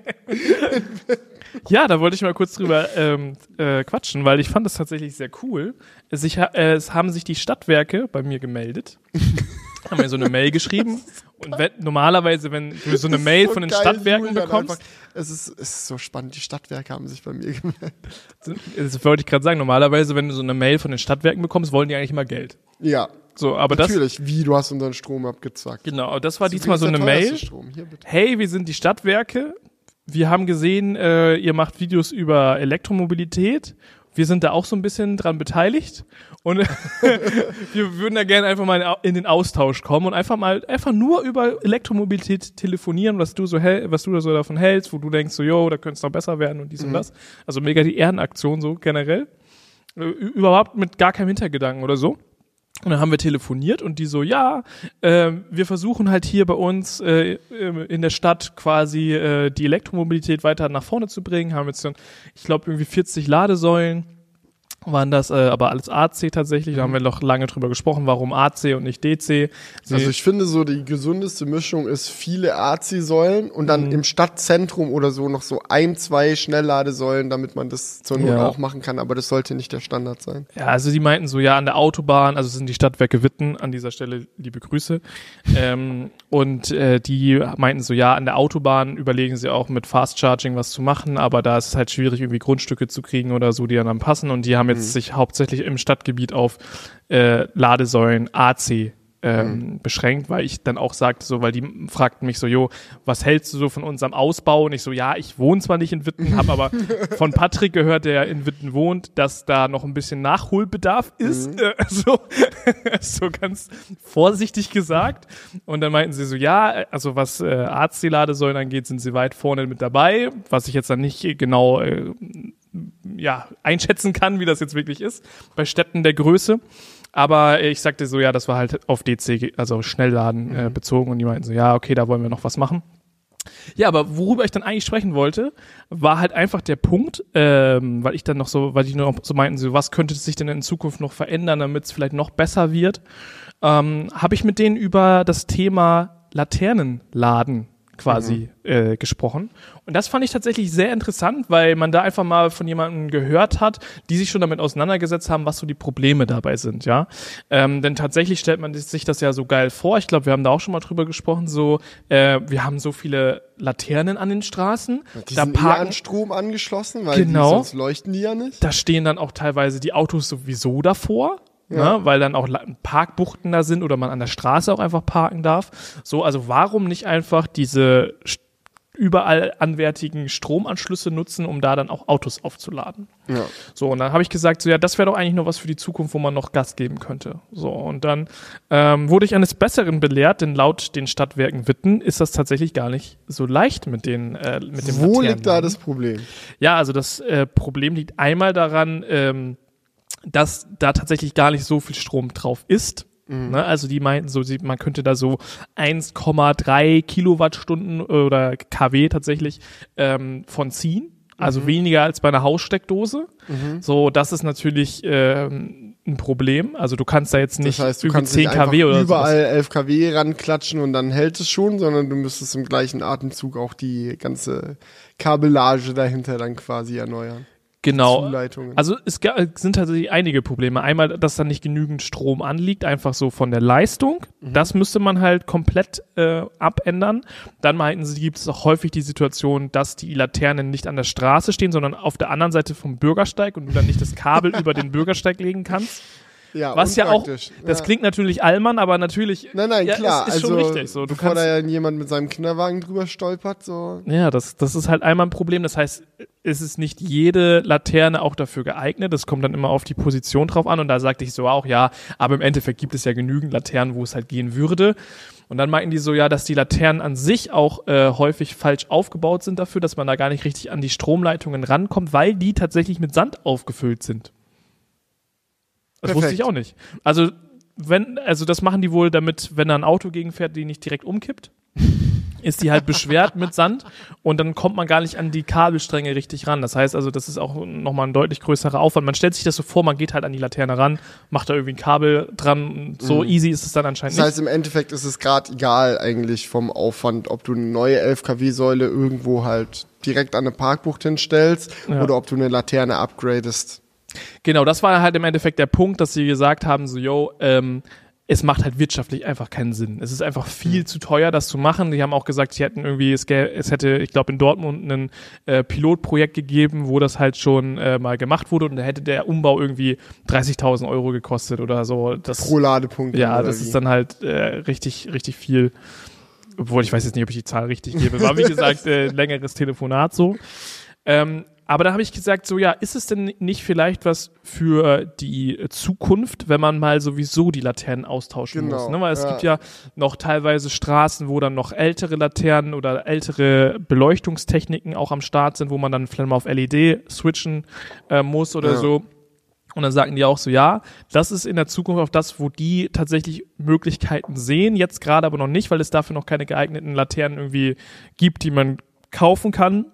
Ja, da wollte ich mal kurz drüber quatschen, weil ich fand das tatsächlich sehr cool. Es haben sich die Stadtwerke bei mir gemeldet, haben mir so eine Mail geschrieben. Und normalerweise, wenn du so eine Mail von den Stadtwerken bekommst.
Es ist so spannend, die Stadtwerke haben sich bei mir gemeldet.
Das wollte ich gerade sagen, normalerweise, wenn du so eine Mail von den Stadtwerken bekommst, wollen die eigentlich immer Geld.
Ja.
So, aber
natürlich, wie, du hast unseren Strom abgezwackt.
Genau, aber das war diesmal so eine Mail.
Hier,
hey, wir sind die Stadtwerke. Wir haben gesehen, ihr macht Videos über Elektromobilität. Wir sind da auch so ein bisschen dran beteiligt und wir würden da gerne einfach mal in den Austausch kommen und einfach nur über Elektromobilität telefonieren, was du da so davon hältst, wo du denkst so, yo, da könnte es noch besser werden und dies und das. Also mega die Ehrenaktion so generell. Überhaupt mit gar keinem Hintergedanken oder so. Und dann haben wir telefoniert und die so, ja, wir versuchen halt hier bei uns in der Stadt quasi die Elektromobilität weiter nach vorne zu bringen. Haben jetzt dann, ich glaube, irgendwie 40 Ladesäulen waren das, aber alles AC tatsächlich. Da haben wir noch lange drüber gesprochen, warum AC und nicht DC.
Also ich finde so, die gesundeste Mischung ist viele AC-Säulen und dann im Stadtzentrum oder so noch so 1-2 Schnellladesäulen, damit man das zur Not auch machen kann, aber das sollte nicht der Standard sein.
Ja, also die meinten so, ja, an der Autobahn, also es sind die Stadtwerke Witten, an dieser Stelle liebe Grüße. Und die meinten so, ja, an der Autobahn überlegen sie auch mit Fast Charging was zu machen, aber da ist es halt schwierig, irgendwie Grundstücke zu kriegen oder so, die dann passen, und die haben jetzt sich hauptsächlich im Stadtgebiet auf Ladesäulen AC beschränkt, weil ich dann auch sagte so, weil die fragten mich so, jo, was hältst du so von unserem Ausbau? Und ich so, ja, ich wohne zwar nicht in Witten, habe aber von Patrick gehört, der in Witten wohnt, dass da noch ein bisschen Nachholbedarf ist, so ganz vorsichtig gesagt. Und dann meinten sie so, ja, also was AC-Ladesäulen angeht, sind sie weit vorne mit dabei, was ich jetzt dann nicht genau einschätzen kann, wie das jetzt wirklich ist, bei Städten der Größe. Aber ich sagte so, ja, das war halt auf DC, also Schnellladen bezogen, und die meinten so, ja, okay, da wollen wir noch was machen. Ja, aber worüber ich dann eigentlich sprechen wollte, war halt einfach der Punkt, weil die noch so meinten, so, was könnte sich denn in Zukunft noch verändern, damit es vielleicht noch besser wird, habe ich mit denen über das Thema Laternenladen quasi gesprochen. Und das fand ich tatsächlich sehr interessant, weil man da einfach mal von jemandem gehört hat, die sich schon damit auseinandergesetzt haben, was so die Probleme dabei sind, ja. Denn tatsächlich stellt man sich das ja so geil vor. Ich glaube, wir haben da auch schon mal drüber gesprochen, so, wir haben so viele Laternen an den Straßen.
Die sind an Strom angeschlossen, weil sonst leuchten die ja nicht.
Da stehen dann auch teilweise die Autos sowieso davor. Ja. Ne, weil dann auch Parkbuchten da sind oder man an der Straße auch einfach parken darf. So, also warum nicht einfach diese überall anwärtigen Stromanschlüsse nutzen, um da dann auch Autos aufzuladen? Ja. So, und dann habe ich gesagt, so, ja, das wäre doch eigentlich noch was für die Zukunft, wo man noch Gas geben könnte. So, und dann wurde ich eines Besseren belehrt, denn laut den Stadtwerken Witten ist das tatsächlich gar nicht so leicht mit dem
Wo liegt da das Problem?
Ja, also das Problem liegt einmal daran, dass da tatsächlich gar nicht so viel Strom drauf ist. Ne? Also die meinten so, man könnte da so 1,3 Kilowattstunden oder kW tatsächlich von ziehen. Also weniger als bei einer Haussteckdose. So, das ist natürlich ein Problem. Also du kannst da jetzt nicht,
das heißt, du kannst 10 kW oder überall 11 kW ranklatschen und dann hält es schon, sondern du müsstest im gleichen Atemzug auch die ganze Kabellage dahinter dann quasi erneuern.
Genau, also es sind tatsächlich einige Probleme. Einmal, dass da nicht genügend Strom anliegt, einfach so von der Leistung. Das müsste man halt komplett abändern. Dann meinten sie, gibt es auch häufig die Situation, dass die Laternen nicht an der Straße stehen, sondern auf der anderen Seite vom Bürgersteig und du dann nicht das Kabel über den Bürgersteig legen kannst.
Ja,
was ja auch, das klingt natürlich Allmann, aber natürlich,
nein, klar,
ist schon richtig. So,
bevor da ja jemand mit seinem Kinderwagen drüber stolpert, so.
Ja, das ist halt einmal ein Problem. Das heißt, es ist nicht jede Laterne auch dafür geeignet. Das kommt dann immer auf die Position drauf an. Und da sagte ich so auch, ja, aber im Endeffekt gibt es ja genügend Laternen, wo es halt gehen würde. Und dann meinten die so, ja, dass die Laternen an sich auch häufig falsch aufgebaut sind dafür, dass man da gar nicht richtig an die Stromleitungen rankommt, weil die tatsächlich mit Sand aufgefüllt sind. Das wusste ich auch nicht. Also das machen die wohl, damit, wenn da ein Auto gegenfährt, die nicht direkt umkippt, ist die halt beschwert mit Sand und dann kommt man gar nicht an die Kabelstränge richtig ran. Das heißt also, das ist auch nochmal ein deutlich größerer Aufwand. Man stellt sich das so vor, man geht halt an die Laterne ran, macht da irgendwie ein Kabel dran und so easy ist es dann anscheinend nicht.
Das heißt, im Endeffekt ist es gerade egal eigentlich vom Aufwand, ob du eine neue 11 kW-Säule irgendwo halt direkt an eine Parkbucht hinstellst oder ob du eine Laterne upgradest.
Genau, das war halt im Endeffekt der Punkt, dass sie gesagt haben, so, es macht halt wirtschaftlich einfach keinen Sinn. Es ist einfach viel zu teuer, das zu machen. Die haben auch gesagt, sie hätten irgendwie, es hätte, ich glaube, in Dortmund ein Pilotprojekt gegeben, wo das halt schon mal gemacht wurde und da hätte der Umbau irgendwie 30.000 € gekostet oder so.
Pro Ladepunkt.
Ja, das ist dann halt richtig, richtig viel. Obwohl, ich weiß jetzt nicht, ob ich die Zahl richtig gebe. War, wie gesagt, längeres Telefonat so. Aber da habe ich gesagt, so ja, ist es denn nicht vielleicht was für die Zukunft, wenn man mal sowieso die Laternen austauschen muss? Ne? Weil es gibt ja noch teilweise Straßen, wo dann noch ältere Laternen oder ältere Beleuchtungstechniken auch am Start sind, wo man dann vielleicht mal auf LED switchen muss oder so. Und dann sagten die auch so, ja, das ist in der Zukunft auch das, wo die tatsächlich Möglichkeiten sehen, jetzt gerade aber noch nicht, weil es dafür noch keine geeigneten Laternen irgendwie gibt, die man kaufen kann.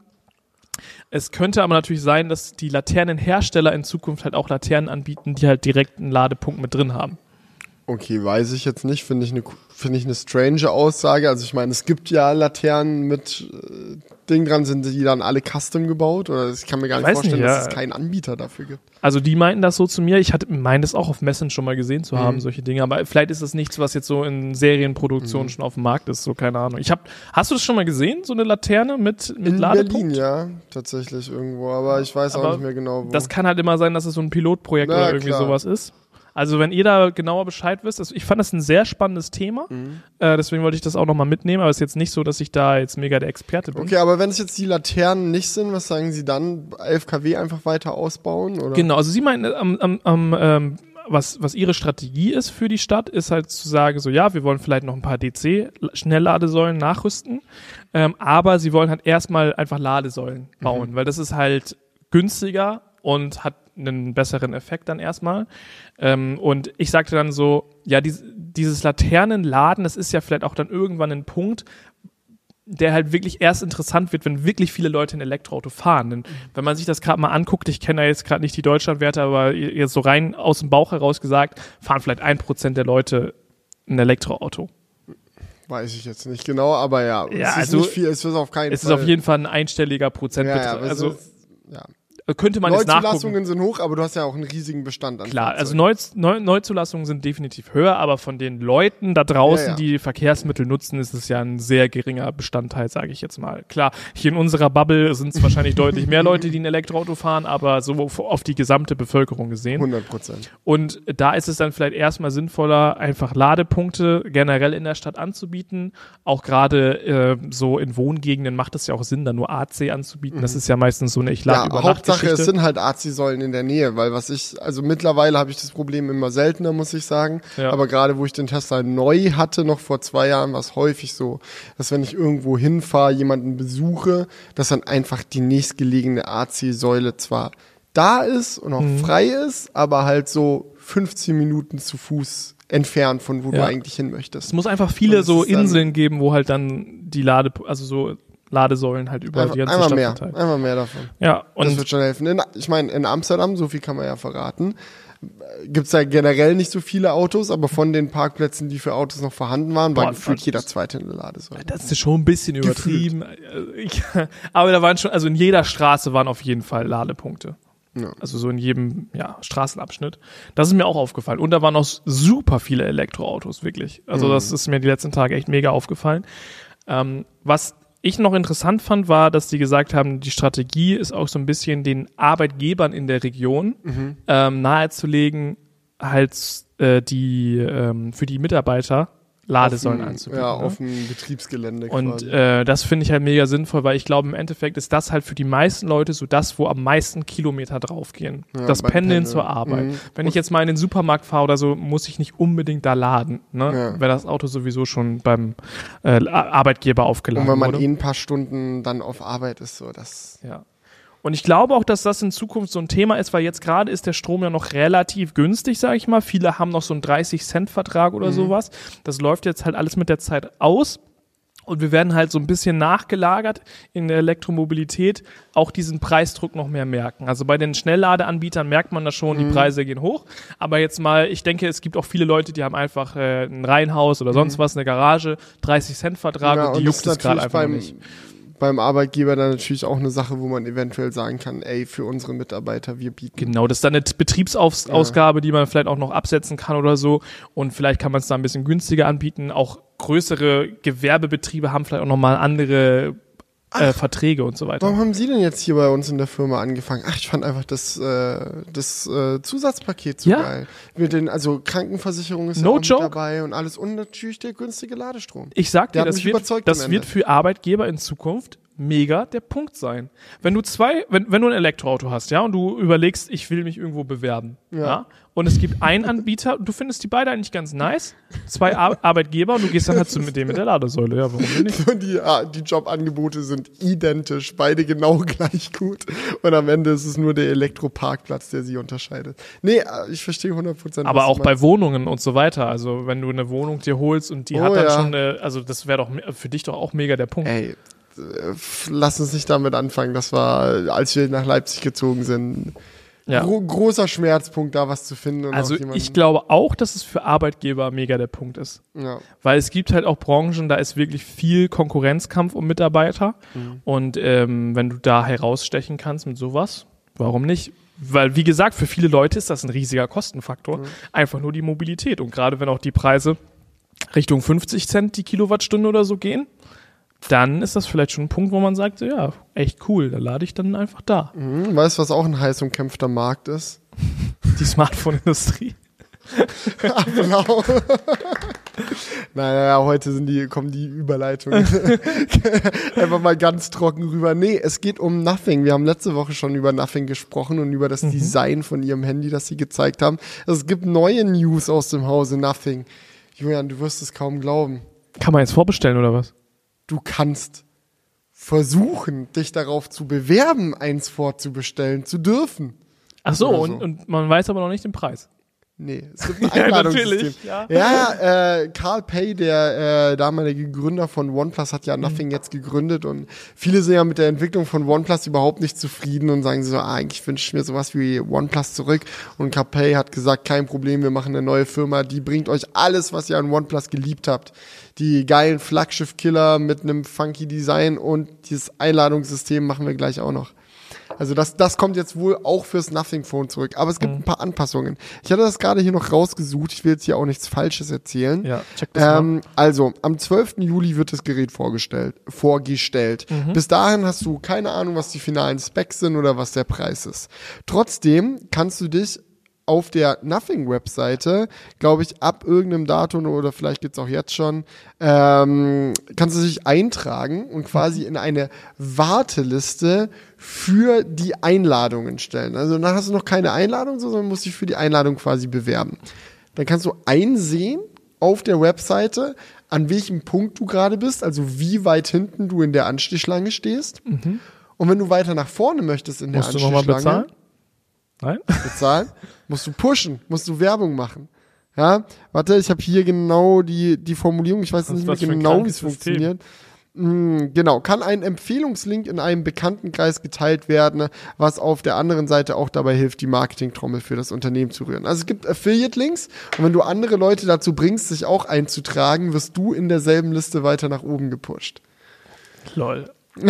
Es könnte aber natürlich sein, dass die Laternenhersteller in Zukunft halt auch Laternen anbieten, die halt direkt einen Ladepunkt mit drin haben.
Okay, weiß ich jetzt nicht. Finde ich eine strange Aussage. Also ich meine, es gibt ja Laternen mit Ding dran, sind die dann alle custom gebaut? Oder ich kann mir gar nicht vorstellen, dass es keinen Anbieter dafür gibt.
Also die meinten das so zu mir. Ich meine das auch auf Messen schon mal gesehen zu haben, solche Dinge. Aber vielleicht ist das nichts, was jetzt so in Serienproduktion schon auf dem Markt ist. So, keine Ahnung. Hast du das schon mal gesehen? So eine Laterne mit Ladepunkt?
In Berlin, ja. Tatsächlich irgendwo. Aber ich weiß auch nicht mehr genau, wo.
Das kann halt immer sein, dass es so ein Pilotprojekt oder irgendwie sowas ist. Also wenn ihr da genauer Bescheid wisst, ich fand das ein sehr spannendes Thema, deswegen wollte ich das auch nochmal mitnehmen, aber es ist jetzt nicht so, dass ich da jetzt mega der Experte bin.
Okay, aber wenn es jetzt die Laternen nicht sind, was sagen Sie dann? 11 kW einfach weiter ausbauen? Oder?
Genau, also Sie meinen, was Ihre Strategie ist für die Stadt, ist halt zu sagen, so ja, wir wollen vielleicht noch ein paar DC-Schnellladesäulen nachrüsten, aber Sie wollen halt erstmal einfach Ladesäulen bauen, weil das ist halt günstiger und hat einen besseren Effekt dann erstmal. Und ich sagte dann so, ja, dieses Laternenladen, das ist ja vielleicht auch dann irgendwann ein Punkt, der halt wirklich erst interessant wird, wenn wirklich viele Leute ein Elektroauto fahren. Denn wenn man sich das gerade mal anguckt, ich kenne ja jetzt gerade nicht die Deutschlandwerte, aber jetzt so rein aus dem Bauch heraus gesagt, fahren vielleicht 1% der Leute ein Elektroauto.
Weiß ich jetzt nicht genau, aber ja,
es
ist nicht viel, es ist auf keinen Fall.
Es ist auf jeden Fall ein einstelliger Prozentbetrag. Könnte man jetzt nachgucken.
Neuzulassungen sind hoch, aber du hast ja auch einen riesigen Bestand an
Klar, also Neuzulassungen sind definitiv höher, aber von den Leuten da draußen, die Verkehrsmittel nutzen, ist es ja ein sehr geringer Bestandteil, sage ich jetzt mal. Klar, hier in unserer Bubble sind es wahrscheinlich deutlich mehr Leute, die ein Elektroauto fahren, aber so auf die gesamte Bevölkerung gesehen.
100%.
Und da ist es dann vielleicht erstmal sinnvoller, einfach Ladepunkte generell in der Stadt anzubieten. Auch gerade so in Wohngegenden macht es ja auch Sinn, da nur AC anzubieten. Das ist ja meistens so eine
Hauptsache, es sind halt AC-Säulen in der Nähe, weil also mittlerweile habe ich das Problem immer seltener, muss ich sagen. Ja. Aber gerade wo ich den Tesla neu hatte, noch vor 2 Jahren, war es häufig so, dass wenn ich irgendwo hinfahre, jemanden besuche, dass dann einfach die nächstgelegene AC-Säule zwar da ist und auch frei ist, aber halt so 15 Minuten zu Fuß entfernt von wo du eigentlich hin möchtest.
Es muss einfach viele so Inseln geben, wo halt dann die Ladesäulen halt überall die ganze Stadt verteilt.
Einfach mehr davon.
Ja, und
das wird schon helfen. Ich meine, in Amsterdam, so viel kann man ja verraten, gibt es ja generell nicht so viele Autos, aber von den Parkplätzen, die für Autos noch vorhanden waren, war gefühlt jeder zweite eine Ladesäule.
Das ist schon ein bisschen übertrieben. Aber da waren schon, also in jeder Straße waren auf jeden Fall Ladepunkte. Ja. Also so in jedem Straßenabschnitt. Das ist mir auch aufgefallen. Und da waren auch super viele Elektroautos, wirklich. Also das ist mir die letzten Tage echt mega aufgefallen. Was ich noch interessant fand, war, dass die gesagt haben, die Strategie ist auch so ein bisschen den Arbeitgebern in der Region nahezulegen, halt für die Mitarbeiter Ladesäulen anzubieten.
Ja, auf dem Betriebsgelände
und das finde ich halt mega sinnvoll, weil ich glaube, im Endeffekt ist das halt für die meisten Leute so das, wo am meisten Kilometer draufgehen. Ja, das Pendeln zur Arbeit. Wenn ich jetzt mal in den Supermarkt fahre oder so, muss ich nicht unbedingt da laden, ne? Weil das Auto sowieso schon beim Arbeitgeber aufgeladen wurde.
Und wenn man ein paar Stunden dann auf Arbeit ist, so das...
Ja. Und ich glaube auch, dass das in Zukunft so ein Thema ist, weil jetzt gerade ist der Strom ja noch relativ günstig, sage ich mal. Viele haben noch so einen 30-Cent-Vertrag oder sowas. Das läuft jetzt halt alles mit der Zeit aus. Und wir werden halt so ein bisschen nachgelagert in der Elektromobilität auch diesen Preisdruck noch mehr merken. Also bei den Schnellladeanbietern merkt man das schon, die Preise gehen hoch. Aber jetzt mal, ich denke, es gibt auch viele Leute, die haben einfach ein Reihenhaus oder sonst was, eine Garage, 30-Cent-Vertrag und die juckt es gerade einfach nicht.
Beim Arbeitgeber dann natürlich auch eine Sache, wo man eventuell sagen kann, ey, für unsere Mitarbeiter, wir bieten.
Genau, das ist dann eine Betriebsausgabe, die man vielleicht auch noch absetzen kann oder so. Und vielleicht kann man es da ein bisschen günstiger anbieten. Auch größere Gewerbebetriebe haben vielleicht auch nochmal andere Verträge und so weiter.
Warum haben Sie denn jetzt hier bei uns in der Firma angefangen? Ach, ich fand einfach das Zusatzpaket so geil. Also Krankenversicherung ist
no
ja auch
joke.
mit dabei und alles und natürlich der günstige Ladestrom.
Ich sag dir, das wird für Arbeitgeber in Zukunft mega der Punkt sein. Wenn du wenn du ein Elektroauto hast, ja, und du überlegst, ich will mich irgendwo bewerben, ja, und es gibt einen Anbieter, und du findest die beide eigentlich ganz nice, 2 Arbeitgeber, und du gehst dann halt mit dem mit der Ladesäule, ja, warum denn nicht?
Und die Jobangebote sind identisch, beide genau gleich gut, und am Ende ist es nur der Elektroparkplatz, der sie unterscheidet. Nee, ich verstehe 100%.
Aber auch bei Wohnungen und so weiter, also wenn du eine Wohnung dir holst und die hat dann schon also das wäre doch für dich doch auch mega der Punkt.
Ey, lass uns nicht damit anfangen. Das war, als wir nach Leipzig gezogen sind, großer Schmerzpunkt, da was zu finden. Und
also ich glaube auch, dass es für Arbeitgeber mega der Punkt ist. Ja. Weil es gibt halt auch Branchen, da ist wirklich viel Konkurrenzkampf um Mitarbeiter. Und wenn du da herausstechen kannst mit sowas, warum nicht? Weil, wie gesagt, für viele Leute ist das ein riesiger Kostenfaktor. Einfach nur die Mobilität. Und gerade wenn auch die Preise Richtung 50 Cent die Kilowattstunde oder so gehen, dann ist das vielleicht schon ein Punkt, wo man sagt, ja, echt cool, da lade ich dann einfach da.
Weißt du, was auch ein heiß umkämpfter Markt ist?
Die Smartphone-Industrie.
Genau. Naja, heute kommen die Überleitungen einfach mal ganz trocken rüber. Nee, es geht um Nothing. Wir haben letzte Woche schon über Nothing gesprochen und über das Design von ihrem Handy, das sie gezeigt haben. Es gibt neue News aus dem Hause Nothing. Julian, du wirst es kaum glauben.
Kann man jetzt vorbestellen oder was?
Du kannst versuchen, dich darauf zu bewerben, eins vorzubestellen zu dürfen.
Ach so, und man weiß aber noch nicht den Preis.
Nee, es gibt ein Einladungssystem. Carl Pei, der damalige Gründer von OnePlus, hat ja Nothing jetzt gegründet und viele sind ja mit der Entwicklung von OnePlus überhaupt nicht zufrieden und sagen so, eigentlich wünsche ich mir sowas wie OnePlus zurück. Und Carl Pei hat gesagt, kein Problem, wir machen eine neue Firma, die bringt euch alles, was ihr an OnePlus geliebt habt. Die geilen Flaggschiff-Killer mit einem funky Design und dieses Einladungssystem machen wir gleich auch noch. Also das kommt jetzt wohl auch fürs Nothing Phone zurück. Aber es gibt ein paar Anpassungen. Ich hatte das gerade hier noch rausgesucht. Ich will jetzt hier auch nichts Falsches erzählen.
Ja, check das mal.
Also, am 12. Juli wird das Gerät vorgestellt. Bis dahin hast du keine Ahnung, was die finalen Specs sind oder was der Preis ist. Trotzdem kannst du dich auf der Nothing-Webseite, glaube ich, ab irgendeinem Datum oder vielleicht geht's auch jetzt schon, kannst du dich eintragen und quasi in eine Warteliste für die Einladungen stellen. Also dann hast du noch keine Einladung, sondern musst dich für die Einladung quasi bewerben. Dann kannst du einsehen auf der Webseite, an welchem Punkt du gerade bist, also wie weit hinten du in der Anstichschlange stehst. Und wenn du weiter nach vorne möchtest in der Anstichschlange,
musst du nochmal bezahlen?
Nein? Bezahlen? Musst du pushen, musst du Werbung machen. Ja, warte, ich habe hier genau die Formulierung, ich weiß nicht mehr genau, wie es funktioniert. Genau, kann ein Empfehlungslink in einem Bekanntenkreis geteilt werden, was auf der anderen Seite auch dabei hilft, die Marketingtrommel für das Unternehmen zu rühren. Also es gibt Affiliate-Links und wenn du andere Leute dazu bringst, sich auch einzutragen, wirst du in derselben Liste weiter nach oben gepusht.
Lol.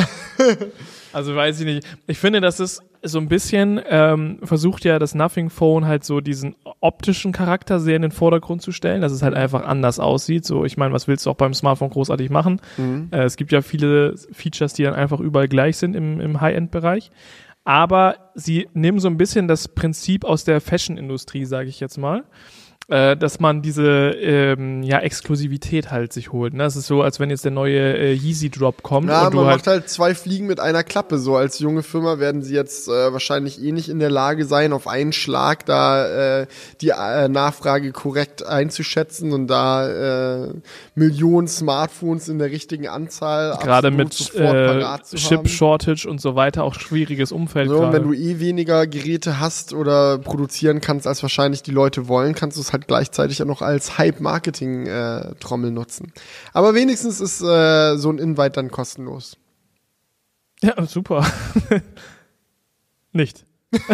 Also weiß ich nicht. Ich finde, das ist so ein bisschen, versucht ja das Nothing Phone halt so diesen optischen Charakter sehr in den Vordergrund zu stellen, dass es halt einfach anders aussieht. So, ich meine, was willst du auch beim Smartphone großartig machen? Es gibt ja viele Features, die dann einfach überall gleich sind im High-End-Bereich. Aber sie nehmen so ein bisschen das Prinzip aus der Fashion-Industrie, sage ich jetzt mal. dass man diese Exklusivität halt sich holt. Ne? Das ist so, als wenn jetzt der neue Yeezy Drop kommt.
Ja,
und
man macht halt 2 Fliegen mit einer Klappe. So als junge Firma werden sie jetzt wahrscheinlich nicht in der Lage sein, auf einen Schlag da die Nachfrage korrekt einzuschätzen und da Millionen Smartphones in der richtigen Anzahl
gerade mit Chip-Shortage und so weiter auch schwieriges Umfeld.
So, und wenn du weniger Geräte hast oder produzieren kannst, als wahrscheinlich die Leute wollen, kannst du es halt gleichzeitig auch noch als Hype-Marketing-Trommel nutzen. Aber wenigstens ist so ein Invite dann kostenlos.
Ja, super. Nicht.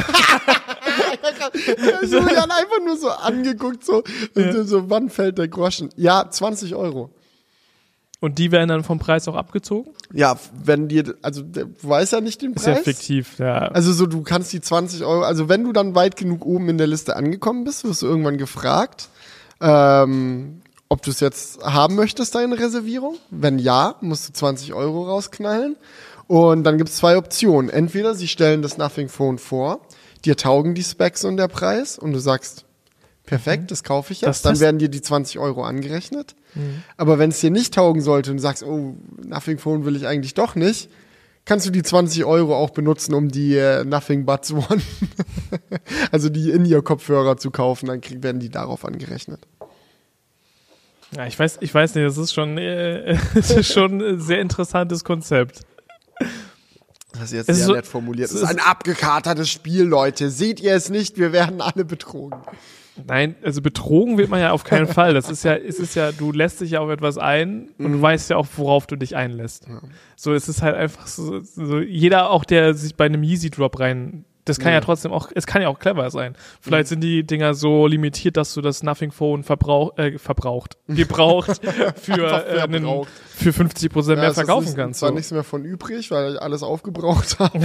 Julian einfach nur so angeguckt, so wann fällt der Groschen? Ja, 20 €.
Und die werden dann vom Preis auch abgezogen?
Ja, wenn dir, also du weißt ja nicht den Preis.
Ist ja fiktiv, ja.
Also so, du kannst die 20 €, also wenn du dann weit genug oben in der Liste angekommen bist, wirst du irgendwann gefragt, ob du es jetzt haben möchtest, deine Reservierung. Wenn ja, musst du 20 € rausknallen. Und dann gibt es 2 Optionen. Entweder sie stellen das Nothing Phone vor, dir taugen die Specs und der Preis und du sagst, perfekt, das kaufe ich jetzt. Dann werden dir die 20 € angerechnet. Mhm. Aber wenn es dir nicht taugen sollte und du sagst, oh, Nothing Phone will ich eigentlich doch nicht, kannst du die 20 € auch benutzen, um die Nothing Buds One, also die In-Ear-Kopfhörer zu kaufen. Dann werden die darauf angerechnet.
Ja, ich weiß nicht, das ist schon ein sehr interessantes Konzept.
Das ist jetzt sehr nett formuliert. Es ist ein abgekatertes Spiel, Leute. Seht ihr es nicht? Wir werden alle betrogen.
Nein, also betrogen wird man ja auf keinen Fall. Es ist ja, du lässt dich ja auf etwas ein und du weißt ja auch, worauf du dich einlässt. Ja. So, es ist halt einfach so, jeder auch, der sich bei einem Yeezy Drop das kann ja trotzdem auch, es kann ja auch clever sein. Vielleicht sind die Dinger so limitiert, dass du das Nothing Phone gebraucht für 50% mehr verkaufen kannst.
Zwar nichts mehr von übrig, weil ich alles aufgebraucht habe.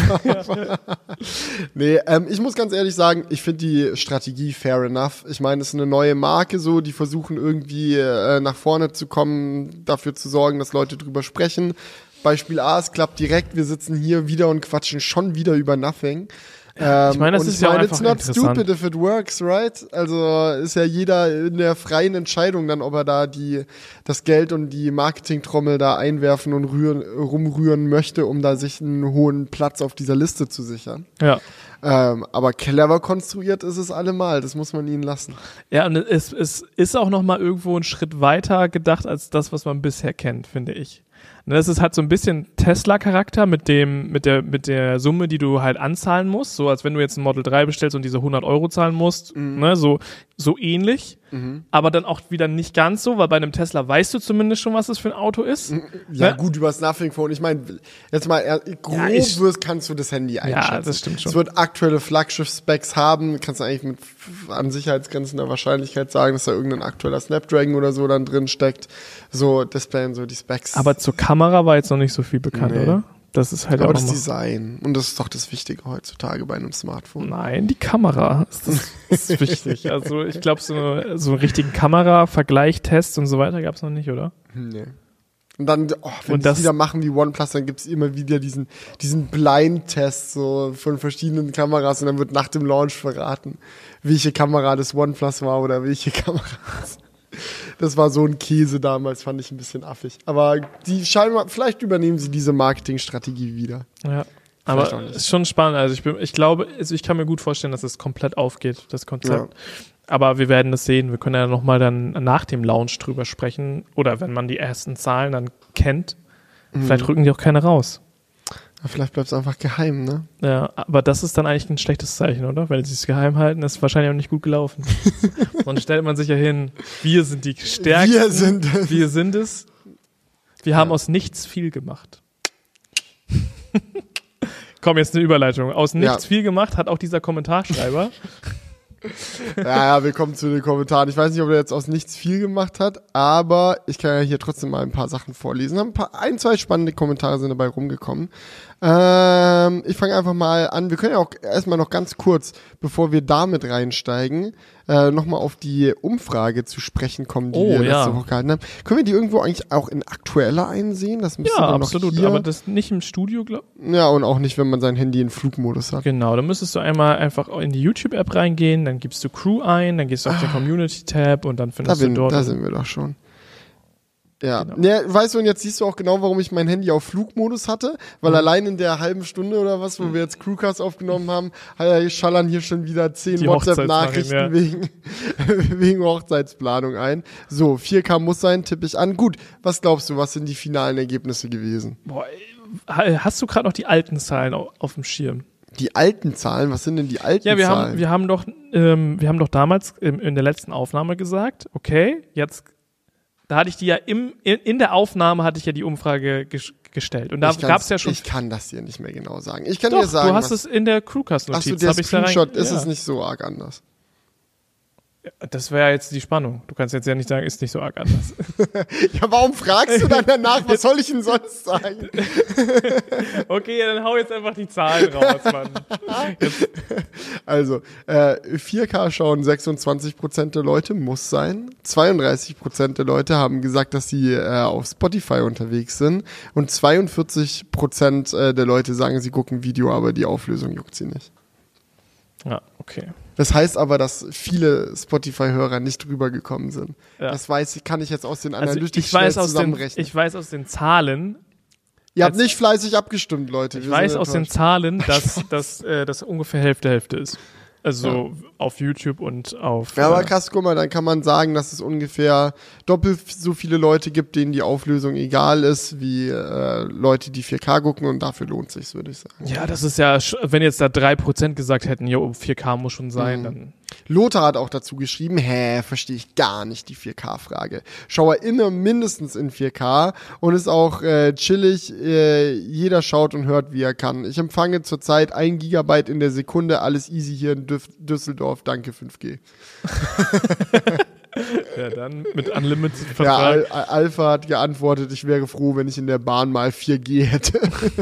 Nee, ich muss ganz ehrlich sagen, ich finde die Strategie fair enough. Ich meine, es ist eine neue Marke so, die versuchen irgendwie nach vorne zu kommen, dafür zu sorgen, dass Leute drüber sprechen. Beispiel A, es klappt direkt, wir sitzen hier wieder und quatschen schon wieder über Nothing.
Ich meine, das ist ja auch einfach interessant.
It's not stupid if it works, right? Also ist ja jeder in der freien Entscheidung dann, ob er da das Geld und die Marketingtrommel da einwerfen und rumrühren möchte, um da sich einen hohen Platz auf dieser Liste zu sichern.
Ja.
Aber clever konstruiert ist es allemal, das muss man ihnen lassen.
Ja, und es ist auch nochmal irgendwo einen Schritt weiter gedacht als das, was man bisher kennt, finde ich. Das ist halt so ein bisschen Tesla-Charakter mit der Summe, die du halt anzahlen musst, so als wenn du jetzt ein Model 3 bestellst und diese 100 € zahlen musst, ne, so ähnlich, aber dann auch wieder nicht ganz so, weil bei einem Tesla weißt du zumindest schon, was das für ein Auto ist.
Ja, ne? Gut, über das Nothing Phone, ich meine, jetzt mal grob kannst du das Handy einschätzen. Ja,
das stimmt schon.
Es wird aktuelle Flaggschiff-Specs haben, kannst du eigentlich an Sicherheitsgrenzen der Wahrscheinlichkeit sagen, dass da irgendein aktueller Snapdragon oder so dann drin steckt, so Display und so die Specs.
Aber zur Kamera war jetzt noch nicht so viel bekannt, oder? Das ist halt
aber
auch
das Design. Und das ist doch das Wichtige heutzutage bei einem Smartphone.
Nein, die Kamera ist wichtig. Also ich glaube, so einen richtigen Kamera-Vergleich-Test und so weiter gab es noch nicht, oder?
Nee. Und dann, wenn die es wieder machen wie OnePlus, dann gibt es immer wieder diesen Blind-Test so von verschiedenen Kameras und dann wird nach dem Launch verraten, welche Kamera das OnePlus war oder welche Kamera das war so ein Käse damals, fand ich ein bisschen affig. Aber vielleicht übernehmen sie diese Marketingstrategie wieder.
Ja, vielleicht aber es ist schon spannend. Also ich glaube, ich kann mir gut vorstellen, dass es komplett aufgeht, das Konzept. Ja. Aber wir werden das sehen. Wir können ja nochmal dann nach dem Launch drüber sprechen. Oder wenn man die ersten Zahlen dann kennt, vielleicht rücken die auch keine raus.
Vielleicht bleibt es einfach geheim, ne?
Ja, aber das ist dann eigentlich ein schlechtes Zeichen, oder? Weil sie es geheim halten, ist wahrscheinlich auch nicht gut gelaufen. Dann stellt man sich ja hin, wir sind die Stärksten. Wir sind es. Wir haben aus nichts viel gemacht. Komm, jetzt eine Überleitung. Aus nichts viel gemacht hat auch dieser Kommentarschreiber.
Ja, wir kommen zu den Kommentaren. Ich weiß nicht, ob er jetzt aus nichts viel gemacht hat, aber ich kann ja hier trotzdem mal ein paar Sachen vorlesen. Zwei spannende Kommentare sind dabei rumgekommen. Ich fange einfach mal an. Wir können ja auch erstmal noch ganz kurz, bevor wir damit reinsteigen, nochmal auf die Umfrage zu sprechen kommen, die wir letzte Woche gehalten haben. Können wir die irgendwo eigentlich auch in aktueller einsehen? Das müsste
ja,
dann
absolut,
noch hier.
Aber das nicht im Studio, glaube ich.
Ja, und auch nicht, wenn man sein Handy in Flugmodus hat.
Genau, dann müsstest du einmal einfach in die YouTube-App reingehen, dann gibst du Crew ein, dann gehst du auf den Community-Tab und dann findest du dort.
Da sind wir doch schon. Ja. Genau. Ja, weißt du, und jetzt siehst du auch genau, warum ich mein Handy auf Flugmodus hatte, weil allein in der halben Stunde oder was, wo wir jetzt Crewcast aufgenommen haben, schallern hier schon wieder 10 WhatsApp-Nachrichten wegen Hochzeitsplanung ein. So, 4K muss sein, tippe ich an. Gut, was glaubst du, was sind die finalen Ergebnisse gewesen?
Boah, hast du gerade noch die alten Zahlen auf dem Schirm?
Die alten Zahlen? Was sind denn die alten Zahlen?
Ja, wir haben doch damals in der letzten Aufnahme gesagt, okay, jetzt da hatte ich die ja in der Aufnahme hatte ich ja die Umfrage gestellt. Und da gab es ja schon.
Ich kann das dir nicht mehr genau sagen. Ich kann dir sagen.
Du hast es in der Crewcast-Notiz.
Achso, der Screenshot ist es nicht so arg anders.
Das wäre jetzt die Spannung. Du kannst jetzt ja nicht sagen, ist nicht so arg anders.
Ja, warum fragst du dann danach? Was soll ich denn sonst sagen?
Okay, dann hau jetzt einfach die Zahlen raus, Mann.
Also, 4K schauen 26% der Leute, muss sein. 32% der Leute haben gesagt, dass sie auf Spotify unterwegs sind. Und 42% der Leute sagen, sie gucken Video, aber die Auflösung juckt sie nicht.
Ja, okay.
Das heißt aber, dass viele Spotify-Hörer nicht drüber gekommen sind. Ja. Das kann ich jetzt aus den Analytics zusammenrechnen.
Ich weiß aus den Zahlen.
Ihr habt nicht fleißig abgestimmt, Leute.
Ich weiß aus den Zahlen, dass das ungefähr Hälfte ist. Also auf YouTube und auf...
Ja, aber krass, guck mal, dann kann man sagen, dass es ungefähr doppelt so viele Leute gibt, denen die Auflösung egal ist, wie Leute, die 4K gucken, und dafür lohnt sich's, würde ich sagen.
Ja, das ist ja, wenn jetzt da 3% gesagt hätten, jo, 4K muss schon sein, dann...
Lothar hat auch dazu geschrieben, verstehe ich gar nicht die 4K-Frage. Schaue immer mindestens in 4K und ist auch chillig. Jeder schaut und hört, wie er kann. Ich empfange zurzeit 1 Gigabyte in der Sekunde. Alles easy hier in Düsseldorf. Danke, 5G.
Ja, dann mit Unlimited-Vertrag.
Ja, Alpha hat geantwortet, ich wäre froh, wenn ich in der Bahn mal 4G hätte.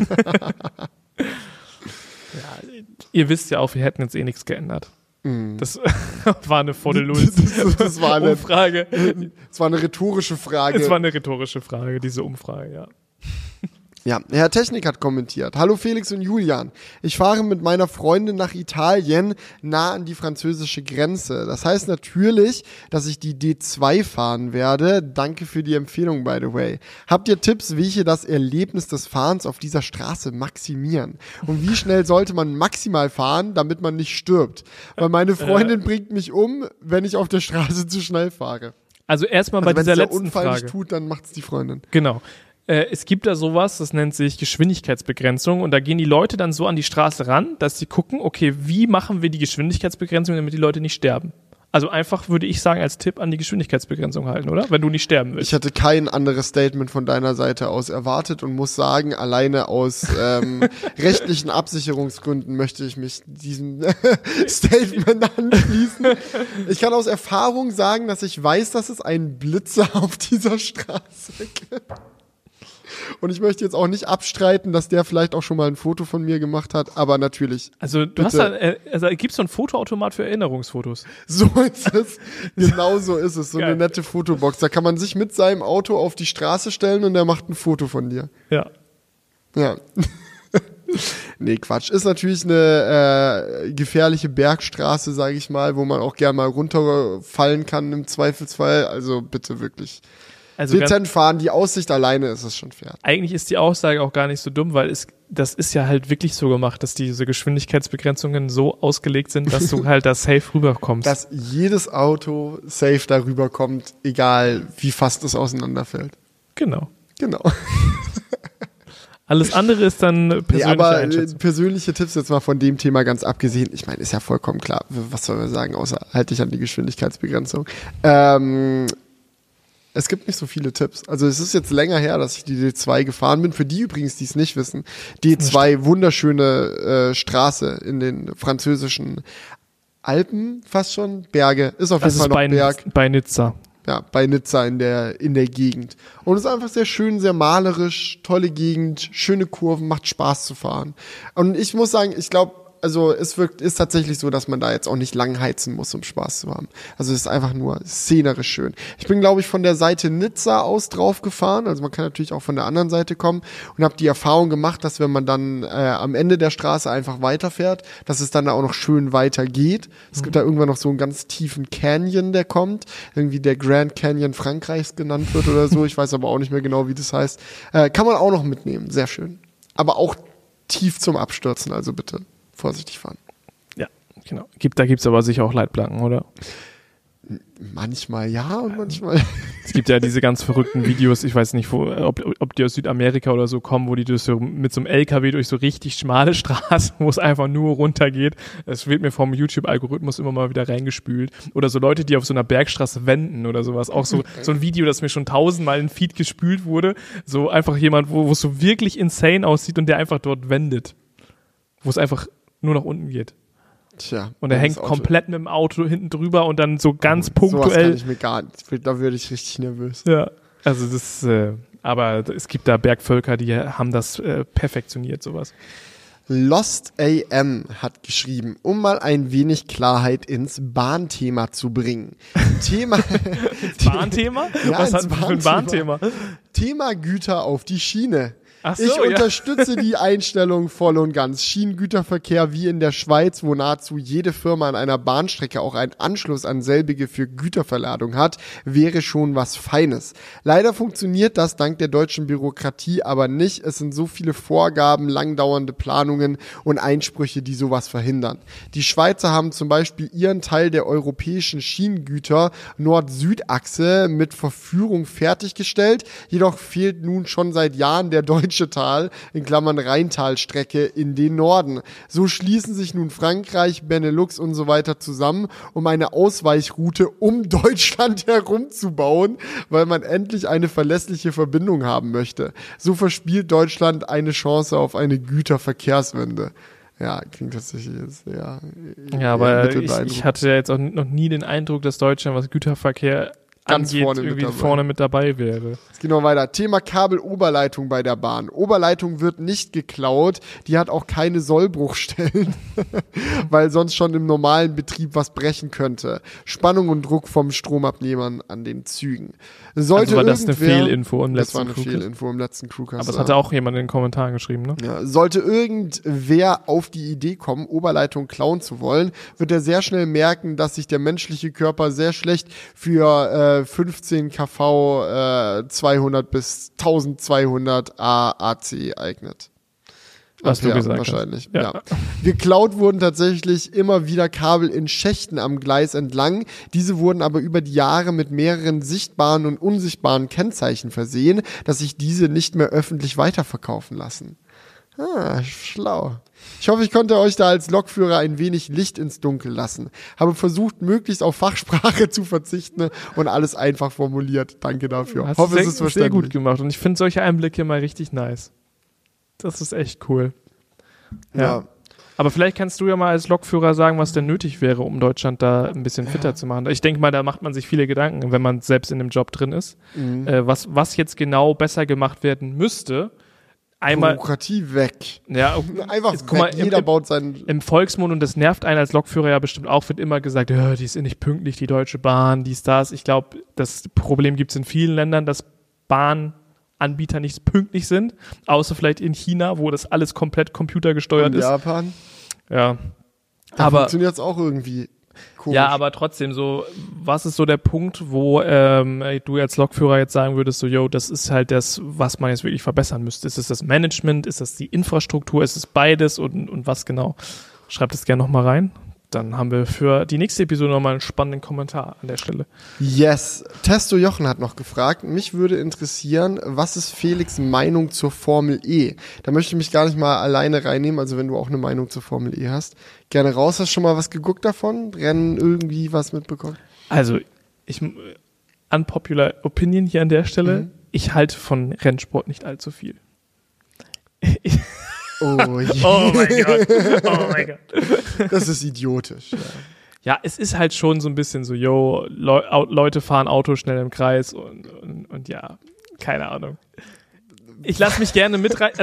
Ja, ihr wisst ja auch, wir hätten jetzt nichts geändert. Das war eine volle
das war eine
Umfrage.
Das war eine rhetorische Frage.
Es war eine rhetorische Frage, diese Umfrage, ja.
Ja, Herr Technik hat kommentiert. Hallo Felix und Julian. Ich fahre mit meiner Freundin nach Italien, nah an die französische Grenze. Das heißt natürlich, dass ich die D2 fahren werde. Danke für die Empfehlung, by the way. Habt ihr Tipps, welche das Erlebnis des Fahrens auf dieser Straße maximieren? Und wie schnell sollte man maximal fahren, damit man nicht stirbt? Weil meine Freundin bringt mich um, wenn ich auf der Straße zu schnell fahre.
Also erstmal bei dieser letzten Frage.
Wenn es der Unfall nicht tut, dann macht's die Freundin.
Genau. Es gibt da sowas, das nennt sich Geschwindigkeitsbegrenzung, und da gehen die Leute dann so an die Straße ran, dass sie gucken, okay, wie machen wir die Geschwindigkeitsbegrenzung, damit die Leute nicht sterben? Also einfach, würde ich sagen, als Tipp an die Geschwindigkeitsbegrenzung halten, oder? Wenn du nicht sterben willst.
Ich hatte kein anderes Statement von deiner Seite aus erwartet und muss sagen, alleine aus rechtlichen Absicherungsgründen möchte ich mich diesem Statement anschließen. Ich kann aus Erfahrung sagen, dass ich weiß, dass es einen Blitzer auf dieser Straße gibt. Und ich möchte jetzt auch nicht abstreiten, dass der vielleicht auch schon mal ein Foto von mir gemacht hat, aber natürlich.
Also du hast da, gibt's so ein Fotoautomat für Erinnerungsfotos?
So ist es. Genau so ist es. So eine nette Fotobox. Da kann man sich mit seinem Auto auf die Straße stellen und der macht ein Foto von dir.
Ja.
Ja. Nee, Quatsch. Ist natürlich eine gefährliche Bergstraße, sage ich mal, wo man auch gerne mal runterfallen kann im Zweifelsfall. Also bitte wirklich. Also dezent fahren, die Aussicht alleine ist es schon fair.
Eigentlich ist die Aussage auch gar nicht so dumm, weil das ist ja halt wirklich so gemacht, dass diese Geschwindigkeitsbegrenzungen so ausgelegt sind, dass du halt da safe rüberkommst.
Dass jedes Auto safe da rüberkommt, egal wie fast es auseinanderfällt.
Genau.
Alles
andere ist dann persönliche Einschätzung.
Persönliche Tipps jetzt mal von dem Thema ganz abgesehen. Ich meine, ist ja vollkommen klar. Was soll man sagen, außer halt dich an die Geschwindigkeitsbegrenzung. Es gibt nicht so viele Tipps. Also es ist jetzt länger her, dass ich die D2 gefahren bin. Für die übrigens, die es nicht wissen. D2, wunderschöne Straße in den französischen Alpen, fast schon. Berge, ist auf jeden Fall noch Berg.
Bei Nizza.
Ja, bei Nizza in der Gegend. Und es ist einfach sehr schön, sehr malerisch, tolle Gegend, schöne Kurven, macht Spaß zu fahren. Und ich muss sagen, ich glaube, also ist tatsächlich so, dass man da jetzt auch nicht lang heizen muss, um Spaß zu haben. Also es ist einfach nur szenerisch schön. Ich bin, glaube ich, von der Seite Nizza aus drauf gefahren, also man kann natürlich auch von der anderen Seite kommen und habe die Erfahrung gemacht, dass wenn man dann am Ende der Straße einfach weiterfährt, dass es dann auch noch schön weitergeht. Es gibt da irgendwann noch so einen ganz tiefen Canyon, der kommt, irgendwie der Grand Canyon Frankreichs genannt wird oder so, ich weiß aber auch nicht mehr genau, wie das heißt. Kann man auch noch mitnehmen, sehr schön. Aber auch tief zum Abstürzen, also bitte vorsichtig fahren.
Ja, genau. Da gibt's aber sicher auch Leitplanken, oder?
Manchmal ja und manchmal.
Es gibt ja diese ganz verrückten Videos, ich weiß nicht, ob die aus Südamerika oder so kommen, wo die mit so einem LKW durch so richtig schmale Straßen, wo es einfach nur runtergeht. Es wird mir vom YouTube-Algorithmus immer mal wieder reingespült. Oder so Leute, die auf so einer Bergstraße wenden oder sowas. Auch so ein Video, das mir schon 1000-mal in den Feed gespült wurde. So einfach jemand, wo es so wirklich insane aussieht und der einfach dort wendet. Wo es einfach nur nach unten geht.
Tja.
Und er hängt komplett mit dem Auto hinten drüber und dann so ganz punktuell.
Sowas kann ich mir gar nicht. Da würde ich richtig nervös.
Ja, also das, aber es gibt da Bergvölker, die haben das perfektioniert, sowas.
Lost AM hat geschrieben, um mal ein wenig Klarheit ins Bahnthema zu bringen.
Bahnthema?
Ja,
was hat für ein Bahnthema?
Thema Güter auf die Schiene.
Ach so,
ich unterstütze die Einstellung voll und ganz. Schienengüterverkehr wie in der Schweiz, wo nahezu jede Firma an einer Bahnstrecke auch einen Anschluss an selbige für Güterverladung hat, wäre schon was Feines. Leider funktioniert das dank der deutschen Bürokratie aber nicht. Es sind so viele Vorgaben, langdauernde Planungen und Einsprüche, die sowas verhindern. Die Schweizer haben zum Beispiel ihren Teil der europäischen Schienengüter Nord-Süd-Achse mit Verführung fertiggestellt. Jedoch fehlt nun schon seit Jahren der deutsche Tal, in Klammern Rheintalstrecke, in den Norden. So schließen sich nun Frankreich, Benelux und so weiter zusammen, um eine Ausweichroute um Deutschland herum zu bauen, weil man endlich eine verlässliche Verbindung haben möchte. So verspielt Deutschland eine Chance auf eine Güterverkehrswende. Ja, klingt tatsächlich jetzt sehr.
Ja, aber ich hatte ja jetzt auch noch nie den Eindruck, dass Deutschland, was Güterverkehr
ganz
angeht, vorne mit dabei wäre.
Es geht noch weiter. Thema Kabeloberleitung bei der Bahn. Oberleitung wird nicht geklaut. Die hat auch keine Sollbruchstellen, weil sonst schon im normalen Betrieb was brechen könnte. Spannung und Druck vom Stromabnehmern an den Zügen.
Also war das eine Fehlinfo im letzten
Crewcast? Das war eine Fehlinfo im letzten Crewcast.
Aber das hatte auch jemand in den Kommentaren geschrieben, ne?
Ja, sollte irgendwer auf die Idee kommen, Oberleitung klauen zu wollen, wird er sehr schnell merken, dass sich der menschliche Körper sehr schlecht für 15 kV 200 bis 1200 AAC eignet.
Was du gesagt
wahrscheinlich.
hast.
Ja. Geklaut wurden tatsächlich immer wieder Kabel in Schächten am Gleis entlang. Diese wurden aber über die Jahre mit mehreren sichtbaren und unsichtbaren Kennzeichen versehen, dass sich diese nicht mehr öffentlich weiterverkaufen lassen. Schlau. Ich hoffe, ich konnte euch da als Lokführer ein wenig Licht ins Dunkel lassen. Habe versucht, möglichst auf Fachsprache zu verzichten und alles einfach formuliert. Danke dafür.
Ich hoffe, es ist verständlich. Sehr gut gemacht und ich finde solche Einblicke mal richtig nice. Das ist echt cool. Ja. Aber vielleicht kannst du ja mal als Lokführer sagen, was denn nötig wäre, um Deutschland da ein bisschen fitter zu machen. Ich denke mal, da macht man sich viele Gedanken, wenn man selbst in dem Job drin ist. Was jetzt genau besser gemacht werden müsste. Einmal
Bürokratie weg.
Ja,
einfach jetzt, weg. Jeder baut seinen.
Im Volksmund, und das nervt einen als Lokführer ja bestimmt auch, wird immer gesagt, ja, die ist nicht pünktlich, die Deutsche Bahn, dies, das. Ich glaube, das Problem gibt es in vielen Ländern, dass Bahnanbieter nicht pünktlich sind, außer vielleicht in China, wo das alles komplett computergesteuert ist.
Japan.
Ja.
Da funktioniert es auch irgendwie. Komisch.
Ja, aber trotzdem so, was ist so der Punkt, wo du als Lokführer jetzt sagen würdest, so, yo, das ist halt das, was man jetzt wirklich verbessern müsste. Ist es das Management, ist das die Infrastruktur, ist es beides und was genau? Schreibt es gerne nochmal rein. Dann haben wir für die nächste Episode nochmal einen spannenden Kommentar an der Stelle.
Yes. Testo Jochen hat noch gefragt, mich würde interessieren, was ist Felix' Meinung zur Formel E? Da möchte ich mich gar nicht mal alleine reinnehmen, also wenn du auch eine Meinung zur Formel E hast. Gerne raus, hast du schon mal was geguckt davon? Rennen irgendwie was mitbekommen?
Also, unpopular Opinion hier an der Stelle, ich halte von Rennsport nicht allzu viel.
Oh, yeah.
Oh mein Gott.
Das ist idiotisch.
Ja, es ist halt schon so ein bisschen so, yo, Leute fahren Auto schnell im Kreis und ja, keine Ahnung. Ich lasse mich gerne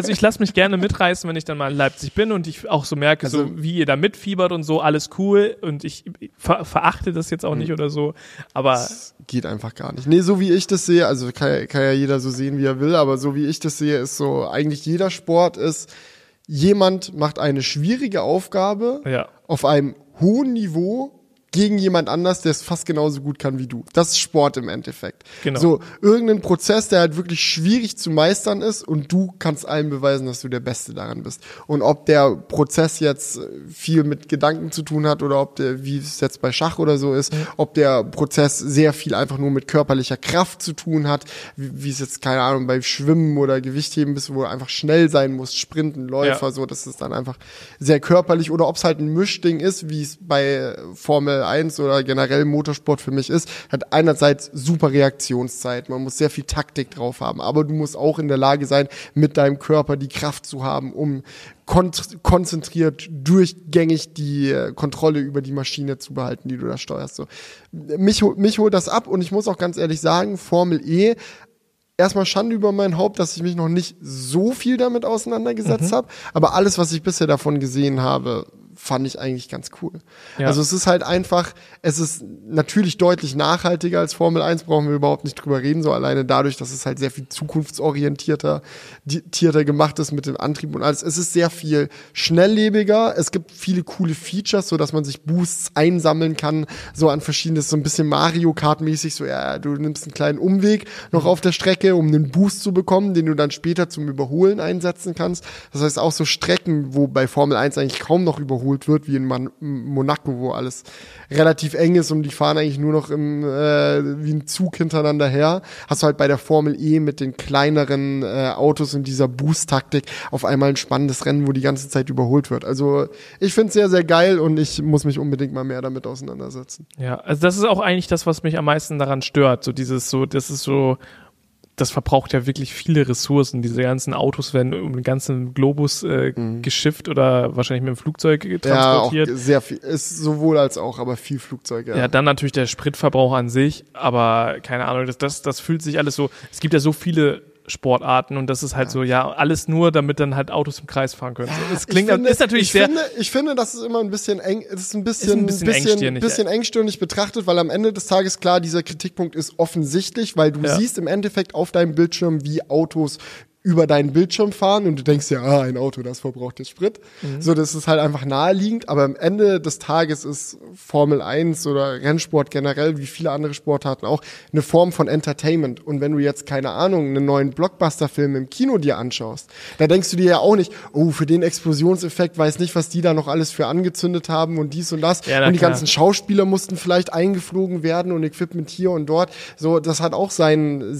mitreißen, wenn ich dann mal in Leipzig bin und ich auch so merke, also, so wie ihr da mitfiebert und so, alles cool und ich verachte das jetzt auch nicht oder so, aber
das geht einfach gar nicht. Nee, so wie ich das sehe, also kann ja jeder so sehen, wie er will, aber so wie ich das sehe, ist so, eigentlich jeder Sport ist, jemand macht eine schwierige Aufgabe auf einem hohen Niveau gegen jemand anders, der es fast genauso gut kann wie du. Das ist Sport im Endeffekt.
Genau.
So, irgendein Prozess, der halt wirklich schwierig zu meistern ist und du kannst allen beweisen, dass du der Beste daran bist. Und ob der Prozess jetzt viel mit Gedanken zu tun hat oder ob der, wie es jetzt bei Schach oder so ist, ob der Prozess sehr viel einfach nur mit körperlicher Kraft zu tun hat, wie es jetzt, keine Ahnung, bei Schwimmen oder Gewichtheben bist, wo du einfach schnell sein musst, Sprinten, Läufer, so, das ist dann einfach sehr körperlich. Oder ob es halt ein Mischding ist, wie es bei Formel 1 oder generell Motorsport für mich ist, hat einerseits super Reaktionszeit, man muss sehr viel Taktik drauf haben, aber du musst auch in der Lage sein, mit deinem Körper die Kraft zu haben, um konzentriert, durchgängig die Kontrolle über die Maschine zu behalten, die du da steuerst. So. Mich holt das ab und ich muss auch ganz ehrlich sagen, Formel E, erstmal Schande über mein Haupt, dass ich mich noch nicht so viel damit auseinandergesetzt habe, aber alles, was ich bisher davon gesehen habe, fand ich eigentlich ganz cool. Ja. Also es ist halt einfach, es ist natürlich deutlich nachhaltiger als Formel 1, brauchen wir überhaupt nicht drüber reden, so alleine dadurch, dass es halt sehr viel zukunftsorientierter gemacht ist mit dem Antrieb und alles. Es ist sehr viel schnelllebiger, es gibt viele coole Features, so dass man sich Boosts einsammeln kann, so an verschiedenes, so ein bisschen Mario Kart mäßig, so ja, du nimmst einen kleinen Umweg noch auf der Strecke, um einen Boost zu bekommen, den du dann später zum Überholen einsetzen kannst. Das heißt auch so Strecken, wo bei Formel 1 eigentlich kaum noch überholt wird, wie in Monaco, wo alles relativ eng ist und die fahren eigentlich nur noch wie ein Zug hintereinander her. Hast du halt bei der Formel E mit den kleineren Autos und dieser Boost-Taktik auf einmal ein spannendes Rennen, wo die ganze Zeit überholt wird. Also ich finde es sehr, sehr geil und ich muss mich unbedingt mal mehr damit auseinandersetzen.
Ja, also das ist auch eigentlich das, was mich am meisten daran stört. Das verbraucht ja wirklich viele Ressourcen. Diese ganzen Autos werden um den ganzen Globus geschifft oder wahrscheinlich mit dem Flugzeug transportiert.
Ja, auch sehr viel. Ist sowohl als auch, aber viel Flugzeuge.
Ja, dann natürlich der Spritverbrauch an sich, aber keine Ahnung, das fühlt sich alles so, es gibt ja so viele Sportarten und das ist halt so, ja, alles nur, damit dann halt Autos im Kreis fahren können. So, es klingt, ist natürlich sehr.
Ich finde, das ist immer ein bisschen eng, es ist ein bisschen engstirnig betrachtet, weil am Ende des Tages klar, dieser Kritikpunkt ist offensichtlich, weil du siehst im Endeffekt auf deinem Bildschirm, wie Autos über deinen Bildschirm fahren und du denkst ja, ein Auto, das verbraucht jetzt Sprit. So, das ist halt einfach naheliegend, aber am Ende des Tages ist Formel 1 oder Rennsport generell, wie viele andere Sportarten auch, eine Form von Entertainment. Und wenn du jetzt, keine Ahnung, einen neuen Blockbuster-Film im Kino dir anschaust, da denkst du dir ja auch nicht, oh, für den Explosionseffekt weiß nicht, was die da noch alles für angezündet haben und dies und das. Ja, und die ganzen Schauspieler mussten vielleicht eingeflogen werden und Equipment hier und dort. So, das hat auch seinen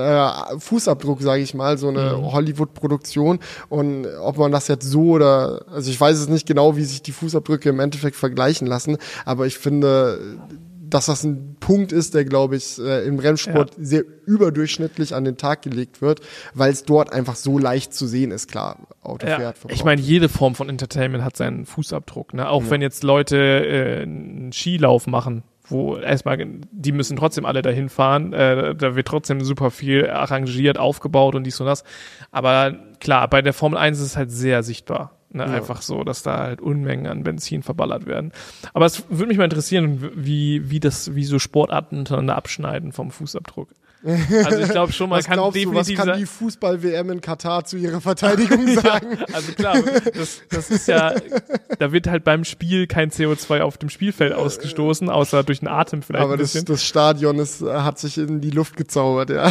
Fußabdruck, sage ich mal, so eine Hollywood-Produktion und ob man das jetzt so oder, also ich weiß es nicht genau, wie sich die Fußabdrücke im Endeffekt vergleichen lassen, aber ich finde, dass das ein Punkt ist, der, glaube ich, im Rennsport sehr überdurchschnittlich an den Tag gelegt wird, weil es dort einfach so leicht zu sehen ist, klar, Auto fährt.
Ich meine, jede Form von Entertainment hat seinen Fußabdruck, ne? Auch wenn jetzt Leute einen Skilauf machen, wo erstmal, die müssen trotzdem alle dahin fahren, da wird trotzdem super viel arrangiert, aufgebaut und dies und das. Aber klar, bei der Formel 1 ist es halt sehr sichtbar. Ne? Ja. Einfach so, dass da halt Unmengen an Benzin verballert werden. Aber es würde mich mal interessieren, wie so Sportarten untereinander abschneiden vom Fußabdruck. Also ich glaube schon, man kann definitiv
was kann die Fußball-WM in Katar zu ihrer Verteidigung sagen?
Ja, also klar, das ist ja, da wird halt beim Spiel kein CO2 auf dem Spielfeld ausgestoßen, außer durch den Atem vielleicht
aber ein bisschen. Aber das Stadion hat sich in die Luft gezaubert, ja.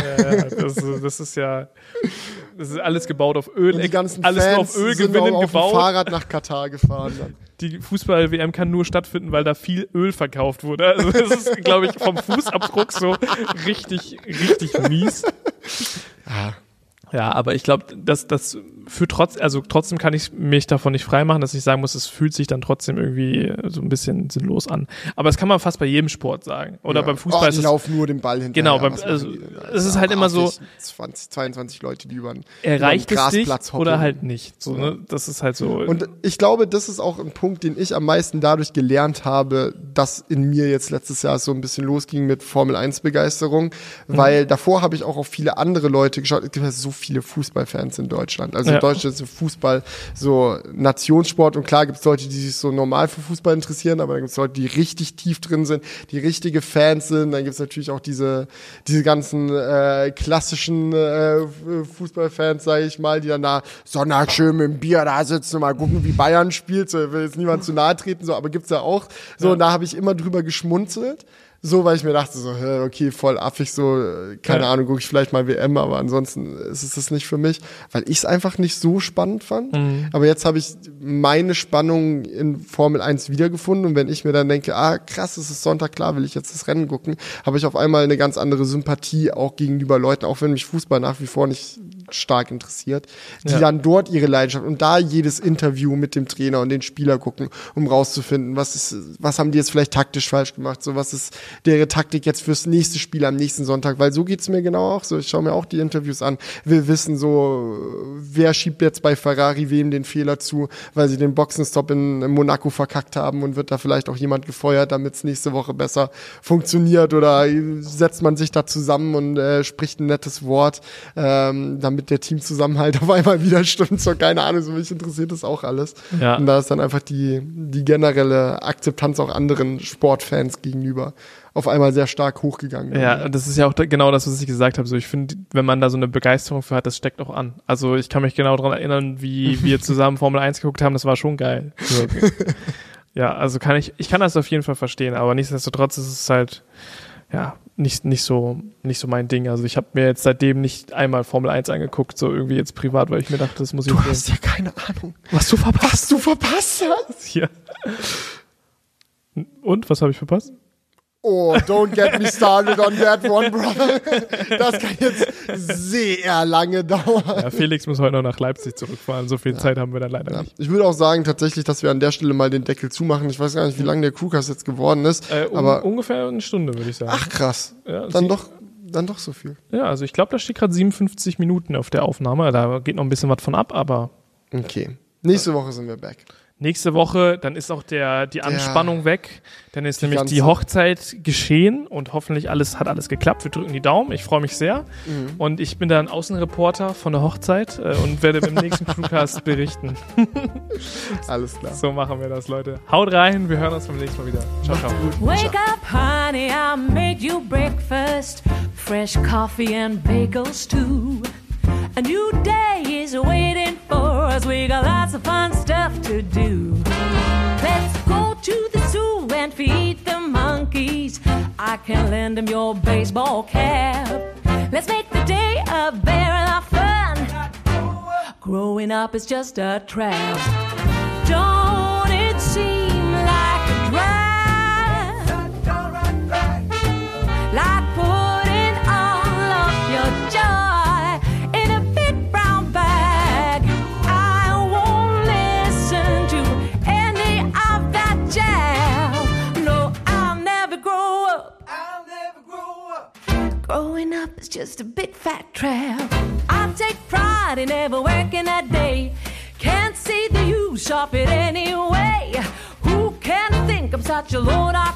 Das ist ja, das ist alles gebaut auf Öl.
Und die ganzen
alles
Fans
nur auf Ölgewinnen
auf
gebaut.
Dem Fahrrad nach Katar gefahren dann.
Die Fußball-WM kann nur stattfinden, weil da viel Öl verkauft wurde. Also das ist, glaube ich, vom Fußabdruck so richtig mies. Ja, aber ich glaube, das trotzdem kann ich mich davon nicht freimachen, dass ich sagen muss, es fühlt sich dann trotzdem irgendwie so ein bisschen sinnlos an. Aber das kann man fast bei jedem Sport sagen. Oder beim Fußball
ist es... laufen nur den Ball hinterher.
Genau, es ist halt immer so...
22 Leute, die über den
Grassplatz hocken. Oder halt nicht. So, ne? Das ist halt so...
Und ich glaube, das ist auch ein Punkt, den ich am meisten dadurch gelernt habe, dass in mir jetzt letztes Jahr so ein bisschen losging mit Formel-1-Begeisterung, weil davor habe ich auch auf viele andere Leute geschaut. Es gibt ja so viele Fußballfans in Deutschland. Also in Deutschland ist Fußball so Nationssport und klar gibt es Leute, die sich so normal für Fußball interessieren, aber dann gibt es Leute, die richtig tief drin sind, die richtige Fans sind. Dann gibt es natürlich auch diese ganzen klassischen Fußballfans, sage ich mal, die dann da Sonntag schön mit dem Bier da sitzen und mal gucken, wie Bayern spielt. So, will jetzt niemand zu nahe treten, so, aber gibt's ja auch. So, und da habe ich immer drüber geschmunzelt. So, weil ich mir dachte, so, okay, voll affig, so, keine Ahnung, gucke ich vielleicht mal WM, aber ansonsten ist es das nicht für mich, weil ich es einfach nicht so spannend fand. Aber jetzt habe ich meine Spannung in Formel 1 wiedergefunden und wenn ich mir dann denke, krass, es ist Sonntag, klar, will ich jetzt das Rennen gucken, habe ich auf einmal eine ganz andere Sympathie auch gegenüber Leuten, auch wenn mich Fußball nach wie vor nicht stark interessiert, die dann dort ihre Leidenschaft und da jedes Interview mit dem Trainer und den Spieler gucken, um rauszufinden, was haben die jetzt vielleicht taktisch falsch gemacht, so was ist deren Taktik jetzt fürs nächste Spiel am nächsten Sonntag, weil so geht's mir genau auch so. Ich schaue mir auch die Interviews an, will wissen so, wer schiebt jetzt bei Ferrari wem den Fehler zu, weil sie den Boxenstopp in Monaco verkackt haben und wird da vielleicht auch jemand gefeuert, damit es nächste Woche besser funktioniert oder setzt man sich da zusammen und spricht ein nettes Wort, damit der Teamzusammenhalt auf einmal wieder stimmt. So, keine Ahnung, so mich interessiert das auch alles. Ja. Und da ist dann einfach die generelle Akzeptanz auch anderen Sportfans gegenüber auf einmal sehr stark hochgegangen.
Ja, das ist ja auch genau das, was ich gesagt habe. So, ich finde, wenn man da so eine Begeisterung für hat, das steckt auch an. Also ich kann mich genau daran erinnern, wie wir zusammen Formel 1 geguckt haben, das war schon geil. Okay. Ja, also ich kann das auf jeden Fall verstehen, aber nichtsdestotrotz ist es halt, ja, nicht so mein Ding. Also ich habe mir jetzt seitdem nicht einmal Formel 1 angeguckt, so irgendwie jetzt privat, weil ich mir dachte, das muss ich
sehen. Du hast ja keine Ahnung.
Was du verpasst hast? Ja. Und, was habe ich verpasst?
Oh, don't get me started on that one, brother. Das kann jetzt sehr lange dauern.
Ja, Felix muss heute noch nach Leipzig zurückfahren. So viel Zeit haben wir dann leider nicht.
Ich würde auch sagen tatsächlich, dass wir an der Stelle mal den Deckel zumachen. Ich weiß gar nicht, wie lange der Crewcast jetzt geworden ist. Aber
ungefähr eine Stunde, würde ich sagen.
Ach, krass. Ja, dann doch so viel.
Ja, also ich glaube, da steht gerade 57 Minuten auf der Aufnahme. Da geht noch ein bisschen was von ab, aber...
Okay. Nächste Woche sind wir back.
Nächste Woche, dann ist auch die Anspannung weg. Dann ist nämlich die Hochzeit geschehen und hoffentlich hat alles geklappt. Wir drücken die Daumen. Ich freue mich sehr. Und ich bin dann Außenreporter von der Hochzeit und werde im nächsten Crewcast berichten.
Alles klar.
So machen wir das, Leute. Haut rein. Wir hören uns beim nächsten Mal wieder. Ciao, ciao.
Wake up, honey, I made you breakfast. Fresh coffee and bagels too. A new day is waiting for us. We got lots of fun stuff to do. Let's go to the zoo and feed the monkeys. I can lend them your baseball cap. Let's make the day a barrel of fun. Growing up is just a trap. Don't it seem like a drag? Like putting all of your joy Growing up is just a big fat trap. I take pride in never working a day. Can't see the use of it anyway. Who can think I'm such a load